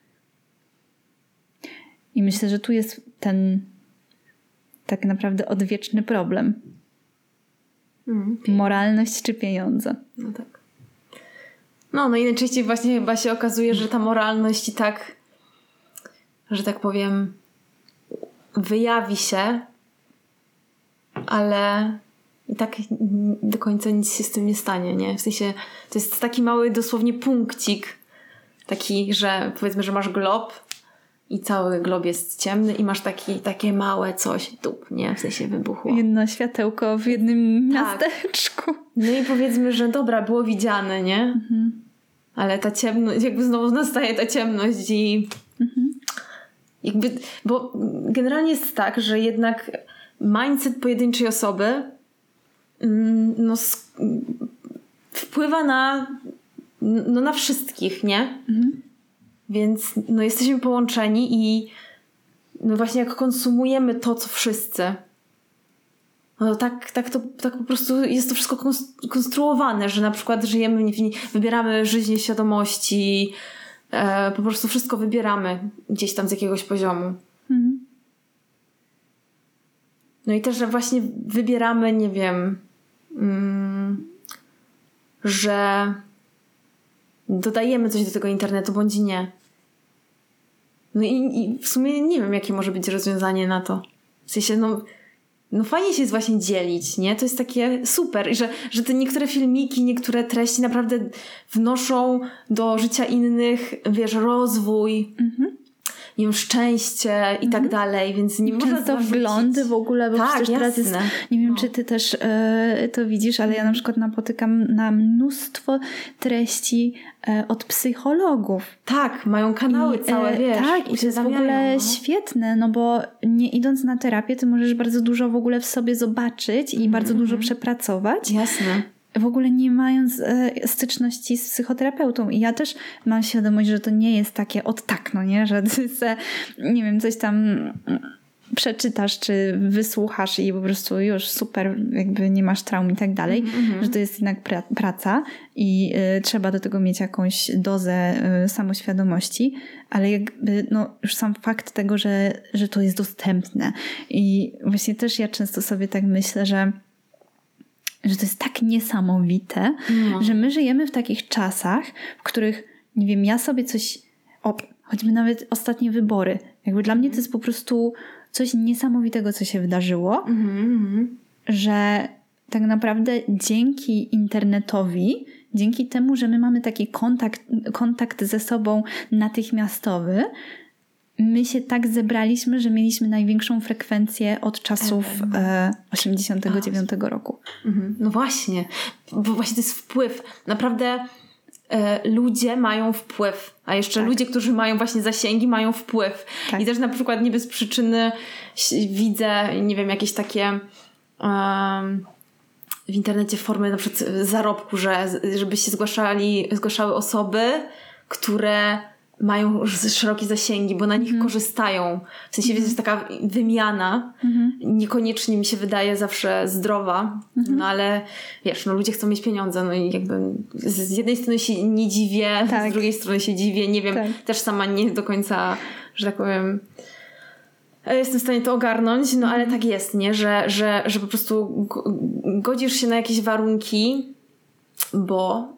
I myślę, że tu jest ten tak naprawdę odwieczny problem. Moralność czy pieniądze. No tak. No i najczęściej właśnie chyba się okazuje, że ta moralność i tak, że tak powiem, wyjawi się, ale i tak do końca nic się z tym nie stanie, nie? W sensie to jest taki mały dosłownie punkcik, taki, że powiedzmy, że masz glob i cały glob jest ciemny i masz takie małe coś, nie? W sensie wybuchło. Jedno światełko w jednym miasteczku. No i powiedzmy, że dobra, było widziane, nie? ale ta ciemność, jakby znowu nastaje ta ciemność i jakby, bo generalnie jest tak, że jednak mindset pojedynczej osoby no, wpływa na wszystkich, nie? Więc no, jesteśmy połączeni i no właśnie jak konsumujemy to, co wszyscy, no tak po prostu jest to wszystko konstruowane, że na przykład wybieramy życie świadomości, po prostu wszystko wybieramy gdzieś tam z jakiegoś poziomu. No i też, że właśnie wybieramy, nie wiem, że dodajemy coś do tego internetu, bądź nie. No i w sumie nie wiem, jakie może być rozwiązanie na to. W sensie, no fajnie się jest właśnie dzielić, nie? To jest takie super. I że te niektóre filmiki, niektóre treści naprawdę wnoszą do życia innych, wiesz, rozwój, nie wiem, szczęście i tak dalej, więc nie można często wglądy w ogóle, bo przecież teraz jest, nie wiem, czy ty też to widzisz, ale ja na przykład napotykam na mnóstwo treści od psychologów. Tak, mają kanały całe, wiesz. Tak, i to jest w ogóle świetne, no bo nie idąc na terapię, ty możesz bardzo dużo w ogóle w sobie zobaczyć i bardzo dużo przepracować. Jasne. W ogóle nie mając styczności z psychoterapeutą. I ja też mam świadomość, że to nie jest takie no nie? Że ty nie wiem, coś tam przeczytasz, czy wysłuchasz i po prostu już super, jakby nie masz traum i tak dalej. Że to jest jednak praca i trzeba do tego mieć jakąś dozę samoświadomości, ale jakby już sam fakt tego, że to jest dostępne. I właśnie też ja często sobie tak myślę, że to jest tak niesamowite, że my żyjemy w takich czasach, w których, nie wiem, ja sobie coś, choćby nawet ostatnie wybory, jakby dla mnie to jest po prostu coś niesamowitego, co się wydarzyło, że tak naprawdę dzięki internetowi, dzięki temu, że my mamy taki kontakt ze sobą natychmiastowy, my się tak zebraliśmy, że mieliśmy największą frekwencję od czasów 89 roku. No właśnie, bo właśnie to jest wpływ. Naprawdę ludzie mają wpływ, a jeszcze ludzie, którzy mają właśnie zasięgi, mają wpływ. Tak. I też na przykład nie bez przyczyny widzę, nie wiem, jakieś takie w internecie formy na przykład zarobku, żeby się zgłaszały osoby, które mają szerokie zasięgi, bo na nich korzystają. W sensie jest taka wymiana. Niekoniecznie mi się wydaje zawsze zdrowa, no ale wiesz, ludzie chcą mieć pieniądze, no i jakby z jednej strony się nie dziwię, z drugiej strony się dziwię, nie wiem, też sama nie do końca, że tak powiem, jestem w stanie to ogarnąć, no ale tak jest, nie? Że po prostu godzisz się na jakieś warunki, bo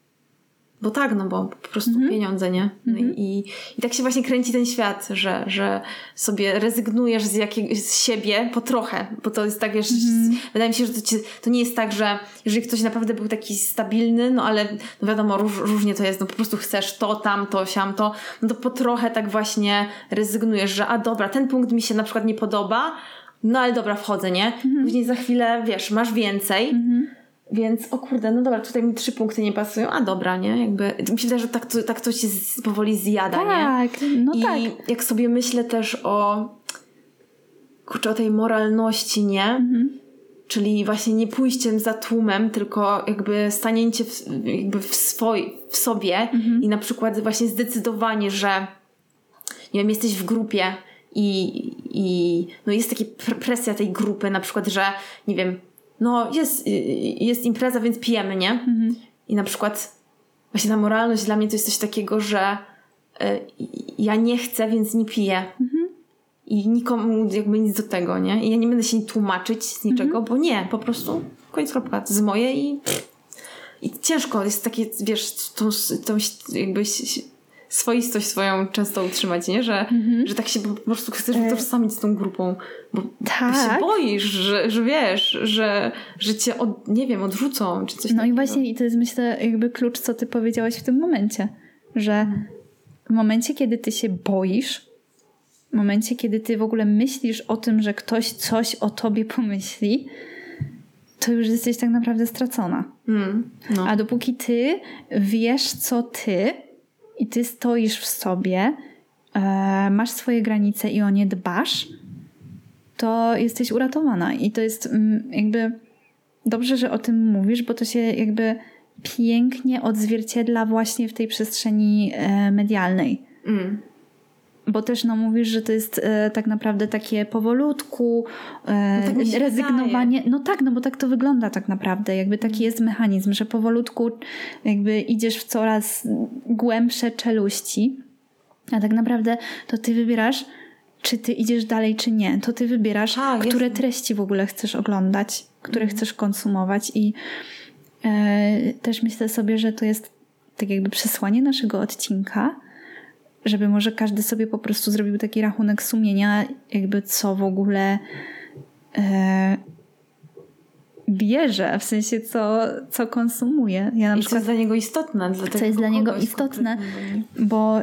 po prostu pieniądze, nie? No i tak się właśnie kręci ten świat, że sobie rezygnujesz z siebie po trochę, bo to jest tak, wiesz, wydaje mi się, że to nie jest tak, że jeżeli ktoś naprawdę był taki stabilny, no ale no wiadomo, różnie to jest, no po prostu chcesz to, tamto, siamto, no to po trochę tak właśnie rezygnujesz, że dobra, ten punkt mi się na przykład nie podoba, no ale dobra, wchodzę, nie? Później za chwilę, wiesz, masz więcej, więc o kurde, no dobra, tutaj mi 3 punkty nie pasują, a dobra, nie? Jakby mi się wydaje, że tak to się powoli zjada, nie? I jak sobie myślę też o tej moralności, nie? Czyli właśnie nie pójściem za tłumem, tylko jakby stanięcie w sobie i na przykład właśnie zdecydowanie, że nie wiem, jesteś w grupie i no jest taka presja tej grupy, na przykład, że nie wiem, no jest impreza, więc pijemy, nie? I na przykład właśnie ta moralność dla mnie to jest coś takiego, że ja nie chcę, więc nie piję. I nikomu jakby nic do tego, nie? I ja nie będę się tłumaczyć z niczego, bo nie, po prostu koniec kropka, z moje i ciężko jest takie, wiesz, tą jakby swoistość swoją często utrzymać, nie? Że tak się po prostu chcesz utożsamić z tą grupą, bo się boisz, że wiesz, że cię nie wiem, odrzucą, czy coś takiego. No i właśnie i to jest, myślę, jakby klucz, co ty powiedziałaś w tym momencie, że w momencie, kiedy ty się boisz, w momencie, kiedy ty w ogóle myślisz o tym, że ktoś coś o tobie pomyśli, to już jesteś tak naprawdę stracona. A dopóki ty wiesz, co ty i ty stoisz w sobie, masz swoje granice i o nie dbasz, to jesteś uratowana. I to jest jakby dobrze, że o tym mówisz, bo to się jakby pięknie odzwierciedla właśnie w tej przestrzeni medialnej. Bo też mówisz, że to jest tak naprawdę takie powolutku, tak rezygnowanie. Wydaje. No tak, bo tak to wygląda tak naprawdę. Jakby taki jest mechanizm, że powolutku jakby idziesz w coraz głębsze czeluści, a tak naprawdę to ty wybierasz, czy ty idziesz dalej, czy nie. To ty wybierasz, które treści w ogóle chcesz oglądać, które chcesz konsumować i też myślę sobie, że to jest tak jakby przesłanie naszego odcinka, żeby może każdy sobie po prostu zrobił taki rachunek sumienia, jakby co w ogóle bierze, w sensie co konsumuje. Ja na przykład, co jest dla niego istotne. Co jest dla niego istotne, bo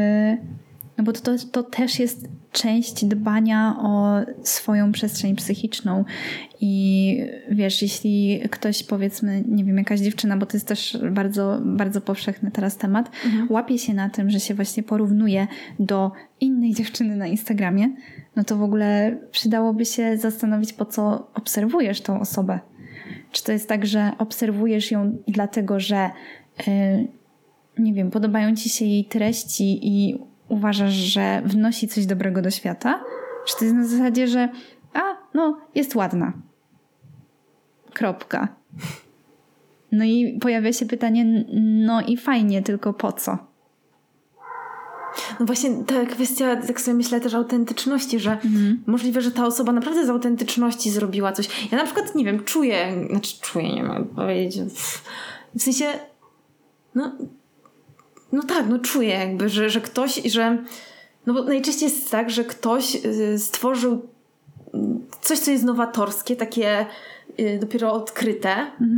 to też jest część dbania o swoją przestrzeń psychiczną i wiesz, jeśli ktoś, powiedzmy, nie wiem, jakaś dziewczyna, bo to jest też bardzo, bardzo powszechny teraz temat, łapie się na tym, że się właśnie porównuje do innej dziewczyny na Instagramie, no to w ogóle przydałoby się zastanowić, po co obserwujesz tą osobę. Czy to jest tak, że obserwujesz ją dlatego, że nie wiem, podobają ci się jej treści i uważasz, że wnosi coś dobrego do świata? Czy to jest na zasadzie, że jest ładna. Kropka. No i pojawia się pytanie, no i fajnie, tylko po co? No właśnie ta kwestia, tak sobie myślę, też autentyczności, że możliwe, że ta osoba naprawdę z autentyczności zrobiła coś. Ja na przykład, nie wiem, czuję, nie mogę powiedzieć, w sensie czuję jakby, że ktoś, no bo najczęściej jest tak, że ktoś stworzył coś, co jest nowatorskie, takie dopiero odkryte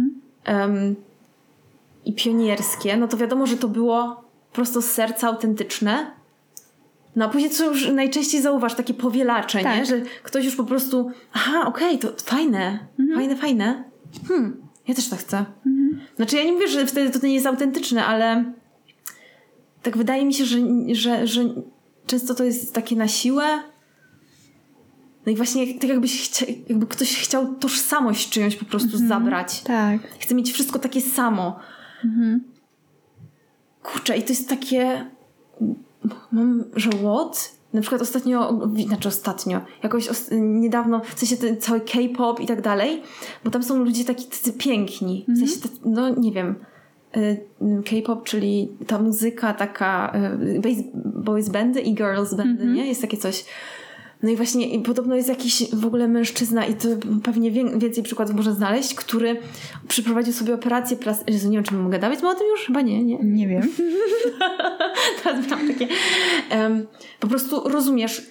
i pionierskie, no to wiadomo, że to było prosto z serca, autentyczne. No a później co już najczęściej zauważ, takie powielacze, tak. Nie? Że ktoś już po prostu to fajne, fajne. Ja też tak chcę. Znaczy ja nie mówię, że wtedy to nie jest autentyczne, ale tak wydaje mi się, że często to jest takie na siłę. No i właśnie tak jakby ktoś chciał tożsamość czyjąś po prostu zabrać. Tak. Chce mieć wszystko takie samo. Kurczę, i to jest takie... że na przykład jakoś niedawno, w sensie ten cały K-pop i tak dalej, bo tam są ludzie tacy piękni. W sensie, nie wiem... K-pop, czyli ta muzyka taka boys bandy i girls bandy, nie? Jest takie coś. No i właśnie podobno jest jakiś w ogóle mężczyzna i to pewnie więcej przykładów można znaleźć, który przeprowadził sobie operację plastyczną. Nie wiem, czy mogę dawać o tym już? Chyba nie. Nie wiem. Teraz mam takie... po prostu rozumiesz,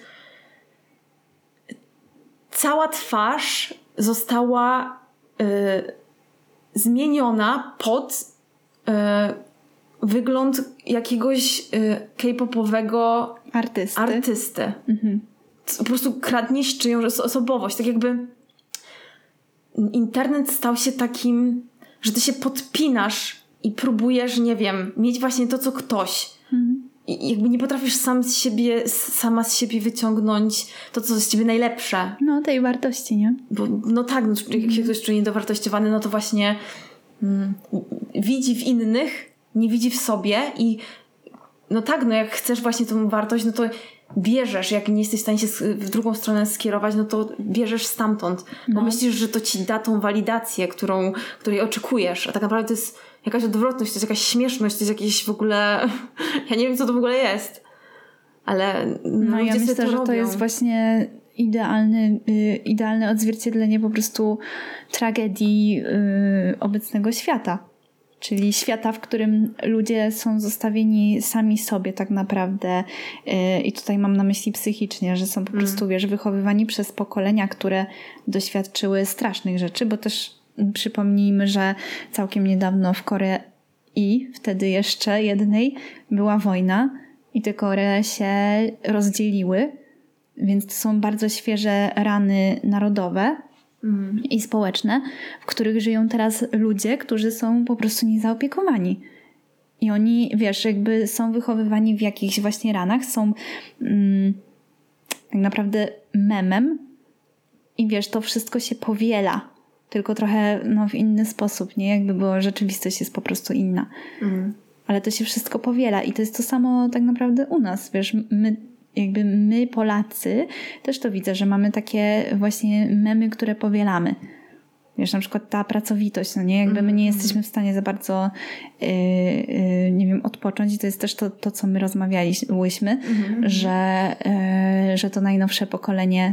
cała twarz została zmieniona pod wygląd jakiegoś K-popowego artysty. Po prostu kradniesz czyjąś osobowość. Tak jakby internet stał się takim, że ty się podpinasz i próbujesz, nie wiem, mieć właśnie to, co ktoś. I jakby nie potrafisz sama z siebie wyciągnąć to, co z ciebie najlepsze. No, tej wartości, nie? Bo, jak się ktoś czuje niedowartościowany, no to właśnie widzi w innych, nie widzi w sobie i jak chcesz właśnie tą wartość, no to bierzesz, jak nie jesteś w stanie się w drugą stronę skierować, no to bierzesz stamtąd, bo myślisz, że to ci da tą walidację, której oczekujesz, a tak naprawdę to jest jakaś odwrotność, to jest jakaś śmieszność, to jest jakieś w ogóle ja nie wiem, co to w ogóle jest, ale ja myślę, że to jest właśnie idealne odzwierciedlenie po prostu tragedii obecnego świata. Czyli świata, w którym ludzie są zostawieni sami sobie tak naprawdę. I tutaj mam na myśli psychicznie, że są po prostu, wychowywani przez pokolenia, które doświadczyły strasznych rzeczy, bo też przypomnijmy, że całkiem niedawno w Korei, wtedy jeszcze jednej, była wojna i te Koree się rozdzieliły, więc to są bardzo świeże rany narodowe. i społeczne, w których żyją teraz ludzie, którzy są po prostu niezaopiekowani. I oni, wiesz, jakby są wychowywani w jakichś właśnie ranach, są tak naprawdę memem i wiesz, to wszystko się powiela, tylko trochę w inny sposób, nie? Jakby było, rzeczywistość jest po prostu inna. Ale to się wszystko powiela i to jest to samo tak naprawdę u nas, wiesz, my Polacy też to widzę, że mamy takie właśnie memy, które powielamy. Wiesz, na przykład ta pracowitość, no nie? Jakby my nie jesteśmy w stanie za bardzo nie wiem, odpocząć i to jest też to co my rozmawialiśmy, że to najnowsze pokolenie,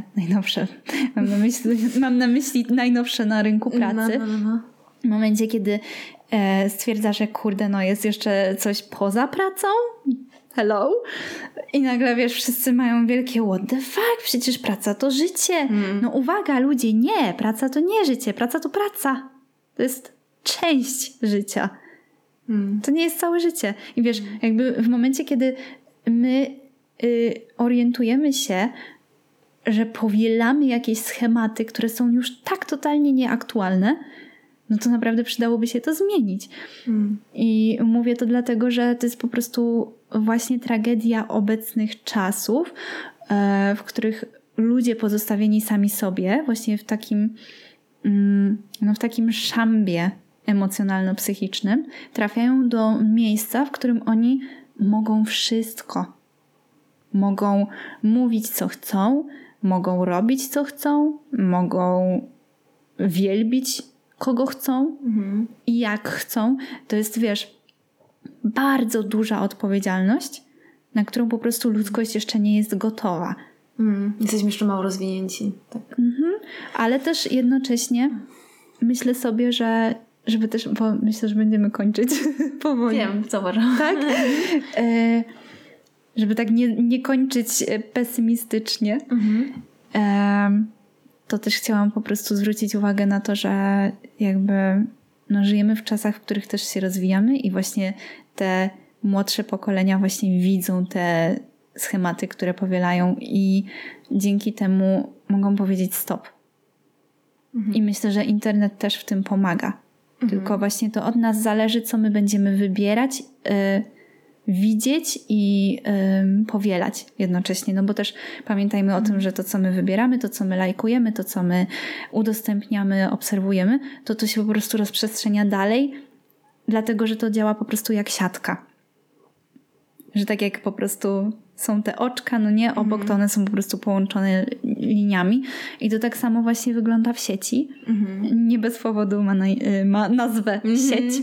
mam na myśli najnowsze na rynku pracy. W momencie, kiedy stwierdza, że kurde, jest jeszcze coś poza pracą, hello? I nagle, wiesz, wszyscy mają wielkie what the fuck, przecież praca to życie. No uwaga, ludzie, nie, praca to nie życie, praca to praca. To jest część życia. To nie jest całe życie. I wiesz, jakby w momencie, kiedy my orientujemy się, że powielamy jakieś schematy, które są już tak totalnie nieaktualne, no to naprawdę przydałoby się to zmienić. I mówię to dlatego, że to jest po prostu właśnie tragedia obecnych czasów, w których ludzie pozostawieni sami sobie, właśnie w takim szambie emocjonalno-psychicznym, trafiają do miejsca, w którym oni mogą wszystko. Mogą mówić, co chcą, mogą robić, co chcą, mogą wielbić, kogo chcą i jak chcą. To jest, wiesz, bardzo duża odpowiedzialność, na którą po prostu ludzkość jeszcze nie jest gotowa. Jesteśmy jeszcze mało rozwinięci. Tak. Ale też jednocześnie myślę sobie, żeby też, bo myślę, że będziemy kończyć powoli. Wiem, zauważam. Tak? Żeby tak nie kończyć pesymistycznie. To też chciałam po prostu zwrócić uwagę na to, że jakby żyjemy w czasach, w których też się rozwijamy i właśnie te młodsze pokolenia właśnie widzą te schematy, które powielają i dzięki temu mogą powiedzieć stop. I myślę, że internet też w tym pomaga. Tylko właśnie to od nas zależy, co my będziemy wybierać, widzieć i powielać jednocześnie. No bo też pamiętajmy o tym, że to, co my wybieramy, to, co my lajkujemy, to, co my udostępniamy, obserwujemy, to się po prostu rozprzestrzenia dalej, dlatego, że to działa po prostu jak siatka. Że tak jak po prostu są te oczka, no nie, obok to one są po prostu połączone liniami i to tak samo właśnie wygląda w sieci. Nie bez powodu ma nazwę sieć.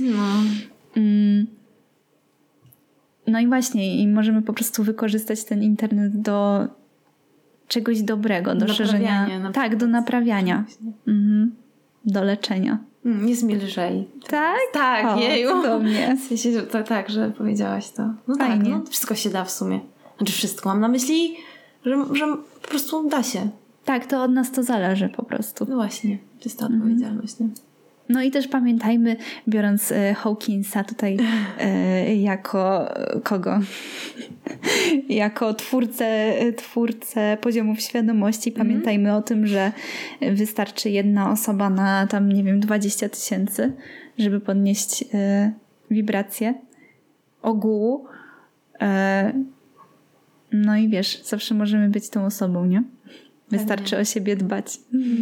No i właśnie, i możemy po prostu wykorzystać ten internet do czegoś dobrego, do szerzenia. Tak, do naprawiania. Do leczenia. Jest mi lżej. Tak? Tak, jeju. Do mnie. W sensie, że tak, że powiedziałaś to. No fajnie. Tak, wszystko się da w sumie. Znaczy wszystko. Mam na myśli, że po prostu da się. Tak, to od nas to zależy po prostu. No właśnie, to jest ta odpowiedzialność, nie? No i też pamiętajmy, biorąc Hawkinsa tutaj jako kogo? Jako twórcę poziomów świadomości, pamiętajmy o tym, że wystarczy jedna osoba na tam, nie wiem, 20 000, żeby podnieść wibrację ogółu. No i wiesz, zawsze możemy być tą osobą, nie? Wystarczy o siebie dbać.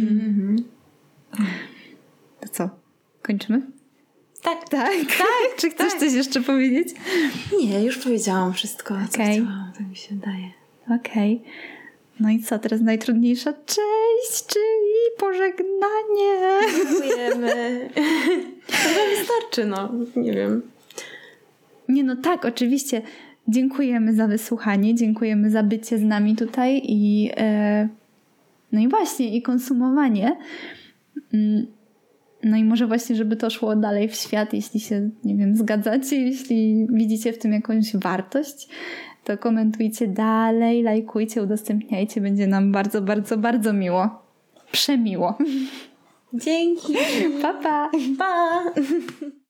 To co? Kończymy? Tak. Czy chcesz coś jeszcze powiedzieć? Nie, już powiedziałam wszystko, co chciałam. Tak mi się wydaje. Okej. No i co? Teraz najtrudniejsza część, czyli pożegnanie. Dziękujemy. To wystarczy, nie wiem. Nie, no tak, oczywiście. Dziękujemy za wysłuchanie, dziękujemy za bycie z nami tutaj i no i właśnie, i konsumowanie. No i może właśnie, żeby to szło dalej w świat, jeśli się, nie wiem, zgadzacie, jeśli widzicie w tym jakąś wartość, to komentujcie dalej, lajkujcie, udostępniajcie. Będzie nam bardzo, bardzo, bardzo miło. Przemiło. Dzięki. Pa, pa. Pa.